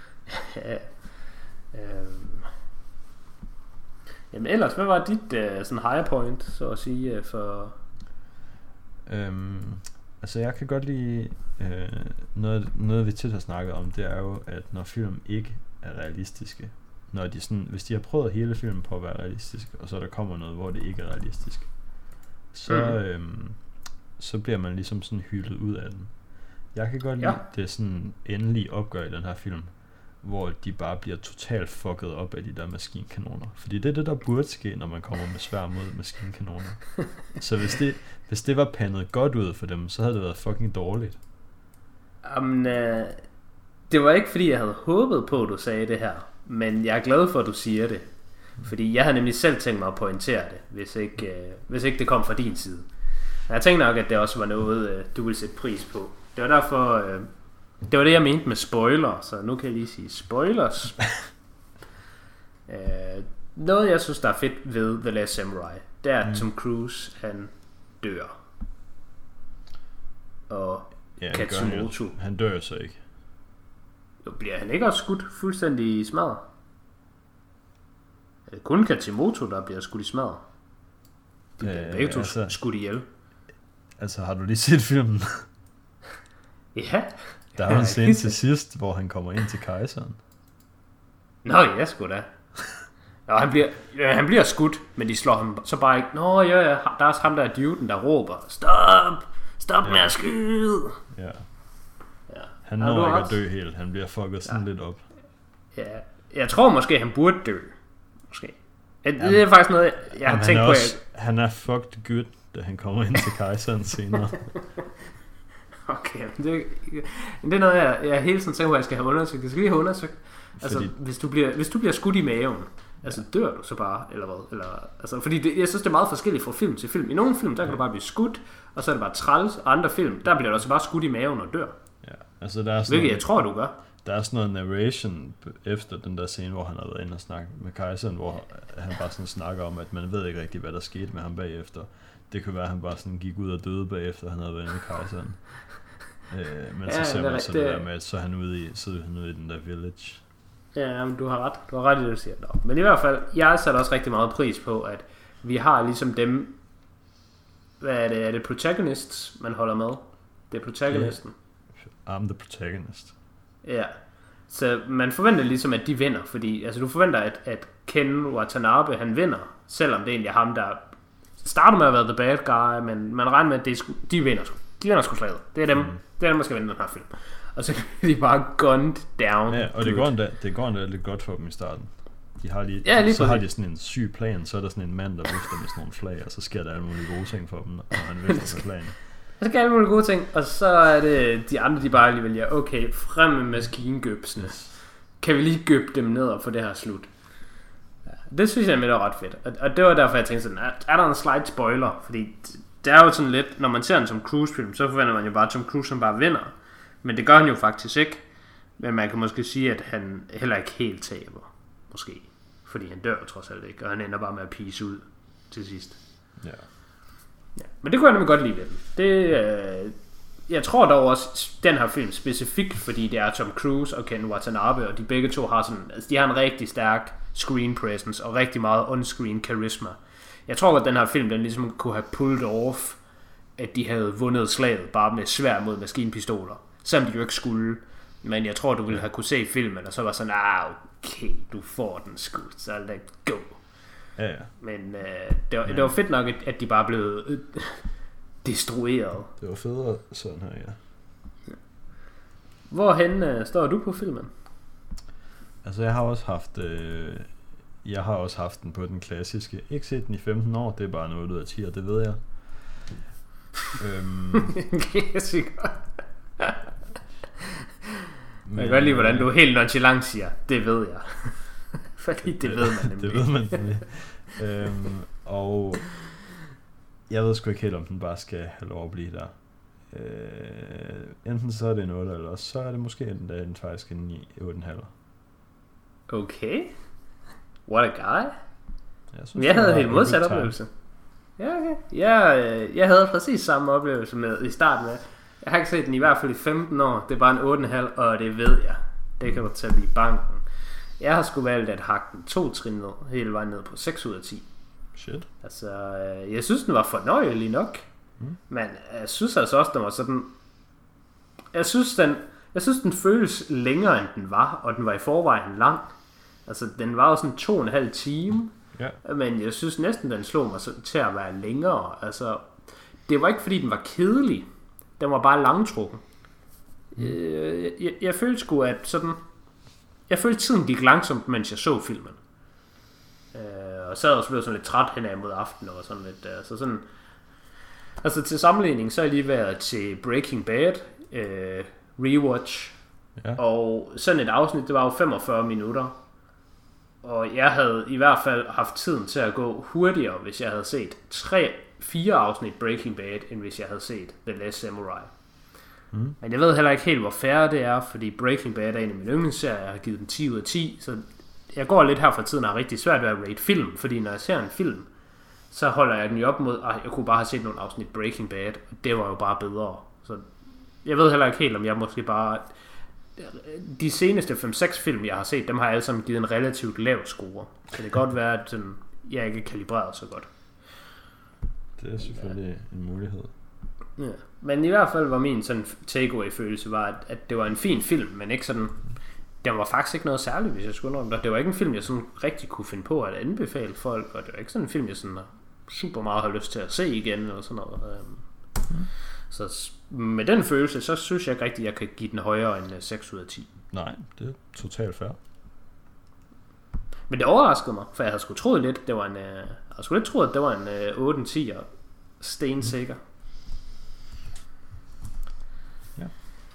Jamen ellers, hvad var dit sådan high point, så at sige, for... Altså jeg kan godt lide noget vi tit har snakket om, det er jo, at når film ikke er realistiske, når de sådan, hvis de har prøvet hele filmen på at være realistisk, og så der kommer noget, hvor det ikke er realistisk, så, så bliver man ligesom sådan hyldet ud af den. Jeg kan godt lide det sådan endelige opgør i den her film, hvor de bare bliver totalt fucket op af de der maskinkanoner. Fordi det er det, der burde ske, når man kommer med sværd mod maskinkanoner. Så hvis det var pandet godt ud for dem, så havde det været fucking dårligt. Det var ikke fordi, jeg havde håbet på, at du sagde det her. Men jeg er glad for, at du siger det. Fordi jeg havde nemlig selv tænkt mig at pointere det, hvis ikke det kom fra din side. Jeg tænkte nok, at det også var noget, du ville sætte pris på. Det var derfor... det var det, jeg mente med spoiler, så nu kan jeg lige sige spoilers. Noget, jeg synes, der er fedt ved The Last Samurai, det er, at Tom Cruise, han dør. Og Katsumoto... Han dør så ikke. Jo, bliver han ikke også skudt fuldstændig i smadret? Er det kun Katsumoto, der bliver skudt i smadret? De bliver begge to skudt ihjel. Altså, har du lige set filmen? Ja. Der er en scene til sidst, hvor han kommer ind til kejseren. Nå, ja, sgu da. Nå, han bliver skudt, men de slår ham så bare ikke. Nå, ja, der er også ham, der er duden, der råber, stop med at skyde. Ja. Han når ikke at dø helt, han bliver fucket sådan lidt op. Ja, jeg tror måske, han burde dø. Måske. Det er faktisk noget, jeg har tænkt på. Han er fucked good, da han kommer ind til kejseren senere. Okay, det er noget, jeg hele tiden tænker på, at jeg skal have undersøgt. Jeg skal lige have undersøgt. Altså, hvis du bliver skudt i maven, altså dør du så bare, eller hvad? Eller, altså, fordi jeg synes, det er meget forskelligt fra film til film. I nogle film, der kan du bare blive skudt, og så er det bare træls, og andre film, der bliver du altså bare skudt i maven og dør. Ja, altså der er sådan hvilket jeg tror, du gør. Der er sådan noget narration efter den der scene, hvor han har været inde og snakke med kejseren, hvor han bare sådan snakker om, at man ved ikke rigtig, hvad der skete med ham bagefter. Det kunne være, at han bare sådan gik ud og døde bagefter, han havde været inde med kejseren. Men så ser man så det der med, at så er han ude i den der village. Ja, men du har ret i det, du siger. Nå. Men i hvert fald, jeg sætter også rigtig meget pris på, at vi har ligesom dem, hvad er det? Er det protagonists, man holder med? Det er protagonisten. I'm the protagonist. Ja, så man forventer ligesom, at de vinder, fordi altså, du forventer, at Ken Watanabe, han vinder, selvom det egentlig er ham, der starter med at være the bad guy, men man regner med, at de vinder sgu. De vinder sgu slaget. Det er dem, der skal vinde den her film. Og så kan de bare gunned down. Ja, og det går endda lidt godt for dem i starten. De har så har de sådan en syg plan, så er der sådan en mand, der vifter med sådan nogle flag, og så sker der alle mulige gode ting for dem, når han vifter med flagen. Så sker alle mulige gode ting, og så er det de andre, de bare lige vælger, okay, frem med maskingøbsene. Kan vi lige gøbe dem ned og få det her slut? Ja, det synes jeg er ret fedt. Og det var derfor, jeg tænkte sådan, er der en slight spoiler? Fordi det er jo sådan lidt, når man ser en Tom Cruise film, så forventer man jo bare, at Tom Cruise som bare vinder. Men det gør han jo faktisk ikke. Men man kan måske sige, at han heller ikke helt taber. Måske. Fordi han dør trods alt ikke, og han ender bare med at pise ud til sidst. Ja. Ja, men det kunne jeg nemlig godt lide ved den. Det, jeg tror dog også den her film specifikt, fordi det er Tom Cruise og Ken Watanabe, og de begge to har sådan, altså de har en rigtig stærk screen presence og rigtig meget on-screen charisma. Jeg tror at den her film, den ligesom kunne have pulled off, at de havde vundet slaget bare med sværd mod maskinpistoler, selvom de jo ikke skulle. Men jeg tror, du ville have kunne se filmen, og så var sådan, okay, du får den sgu, så let's go. Ja. Men det var fedt nok, at de bare blev destrueret. Det var federe sådan her, ja. Hvorhen står du på filmen? Altså jeg har også haft den på den klassiske. Ikke set den i 15 år, det er bare noget ud af 10, og det ved jeg. Men, jeg kan godt lide, hvordan du helt nonchalant siger, det ved jeg. Fordi det ved man nemlig. Det ved man nemlig. Og jeg ved sgu ikke helt, om den bare skal have lov at blive der. Enten så er det en 8, eller så er det måske en faktisk en 8,5. Okay. What a guy. Jeg havde helt modsat oplevelse. Ja, okay. Jeg havde præcis samme oplevelse med i starten af. Jeg har ikke set den i hvert fald i 15 år. Det er bare en 8,5, og det ved jeg. Det kan du tage i banken. Jeg har sgu valgt at hakke den 2 trin ned, hele vejen ned på 6 ud af 10. Shit. Altså, jeg synes, den var fornøjelig nok. Men jeg synes altså også, den var sådan... Jeg synes, den føles længere, end den var, og den var i forvejen lang. Altså, den var jo sådan 2,5 time. Ja. Men jeg synes næsten, den slog mig til at være længere. Altså, det var ikke, fordi den var kedelig. Den var bare langtrukken. Jeg følte sgu, at sådan... Jeg følte, tiden gik langsomt, mens jeg så filmen. Og sad og blev sådan lidt træt hen ad mod aftenen og sådan lidt. Så sådan... Altså til sammenligning, så har jeg lige været til Breaking Bad rewatch. Ja. Og sådan et afsnit, det var jo 45 minutter. Og jeg havde i hvert fald haft tiden til at gå hurtigere, hvis jeg havde set 3-4 afsnit Breaking Bad, end hvis jeg havde set The Last Samurai. Men jeg ved heller ikke helt, hvor fair det er, fordi Breaking Bad er en af mine yndlingsserier. Jeg har givet den 10 ud af 10, så jeg går lidt her fra tiden og har rigtig svært ved at rate film, fordi når jeg ser en film, så holder jeg den jo op mod, jeg kunne bare have set nogle afsnit Breaking Bad, og det var jo bare bedre. Så jeg ved heller ikke helt, om jeg måske bare... De seneste 5-6 film, jeg har set, dem har jeg alle sammen givet en relativt lav score. Så det kan godt være, at jeg ikke er kalibreret så godt. Det er selvfølgelig en mulighed. Ja. Men i hvert fald var min sådan takeaway-følelse var, at det var en fin film, men ikke sådan... Den var faktisk ikke noget særligt, hvis jeg skulle indrømme det. Det var ikke en film, jeg sådan rigtig kunne finde på at anbefale folk, og det var ikke sådan en film, jeg sådan super meget har lyst til at se igen, eller sådan noget. Så med den følelse, så synes jeg ikke rigtigt, at jeg kan give den højere end 6 ud af 10. Nej, det er totalt fair. Men det overraskede mig, for jeg havde sgu troet lidt, det var en... Jeg havde sgu lidt troet, at det var en 8-10'er stensikker. Ja.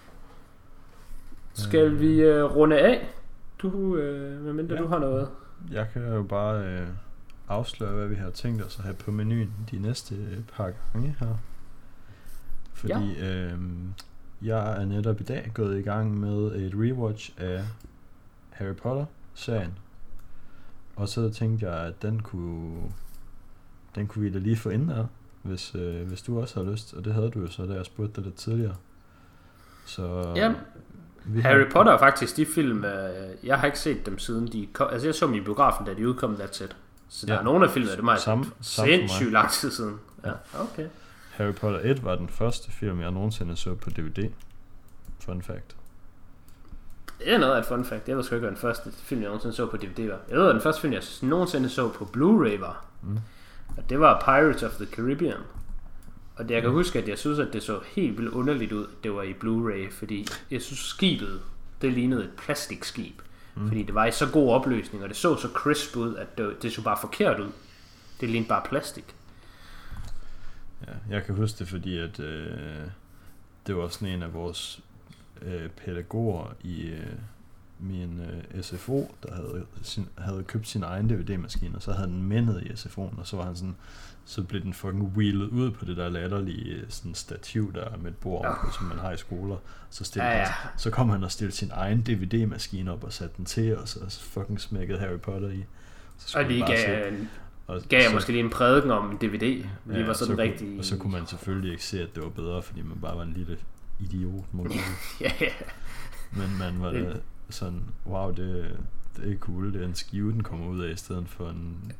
Skal vi runde af? Medmindre du har noget. Jeg kan jo bare afsløre, hvad vi har tænkt os at have på menuen de næste par gange her. Fordi jeg er netop i dag gået i gang med et rewatch af Harry Potter-serien. Og så tænkte jeg, at den kunne vi da lige få ind der, hvis du også har lyst. Og det havde du jo så, da jeg spurgte dig lidt tidligere. Så Harry Potter er faktisk de film, jeg har ikke set dem siden de kom. Altså jeg så dem i biografen, da de udkom, that's it. Så der er nogle af filmene, det er sindssygt lang tid siden. Ja, okay. Harry Potter 1 var den første film, jeg nogensinde så på DVD. Fun fact. Det er noget af et fun fact. Jeg ved sgu ikke, hvad den første film, jeg nogensinde så på DVD var. Jeg ved, at den første film, jeg nogensinde så på Blu-ray var. Og det var Pirates of the Caribbean. Og det, jeg kan huske, at jeg synes, at det så helt vildt underligt ud, det var i Blu-ray. Fordi jeg synes, skibet, det lignede et plastikskib. Fordi det var i så god opløsning, og det så crisp ud, at det så bare forkert ud. Det lignede bare plastik. Ja, jeg kan huske det, fordi at det var sådan en af vores pædagoger i min SFO, der havde købt sin egen DVD-maskine, og så havde den mændet i SFO'en, og så var han sådan, så blev den fucking wheelet ud på det der latterlige sådan stativ der med et bord på, som man har i skoler. Så kom han og stillede sin egen DVD-maskine op og satte den til, og så fucking smækkede Harry Potter i. Så og lige gav jeg måske lige en prædiken om en DVD. Ja, var sådan rigtig... Og så kunne man selvfølgelig ikke se, at det var bedre, fordi man bare var en lille idiot. Ja. Men man var sådan, wow, det er cool. Det er en skive, den kommer ud af, i stedet for en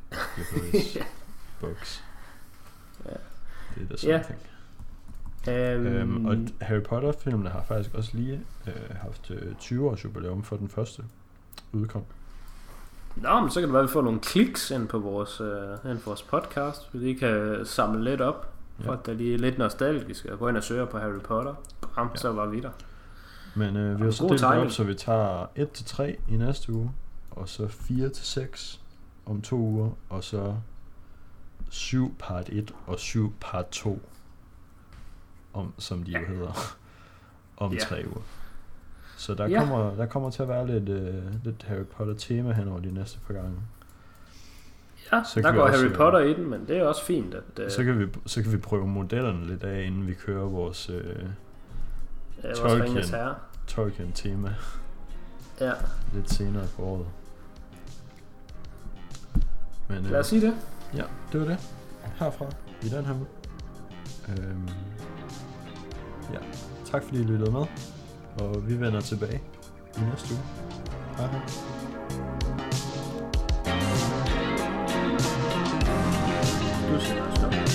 boks. Ja. Det er da something. Og Harry Potter-filmene har faktisk også lige haft 20 års jubilæum for den første udkom. Nå, men så kan det være, at vi får nogle kliks ind på vores podcast, vi lige kan samle lidt op, for at der lige er lidt nostalgisk, og gå ind og søge på Harry Potter. Så var vi der. Men vi har så delt op, så vi tager 1-3 i næste uge, og så 4-6 om 2 uger, og så 7 part 1 og 7 part 2, som de jo hedder, om 3 uger. Så der kommer til at være lidt Harry Potter tema hen over de næste par gange. Ja, så der går Harry Potter i den, men det er også fint. At, så kan vi prøve modellerne lidt af, inden vi kører vores Tolkien-tema. Ja. Lidt senere på året. Men, lad os sige det. Ja, det var det. Herfra, i den her ja, tak fordi I lyttede med. Og vi vender tilbage i næste uge. Hej. Du siger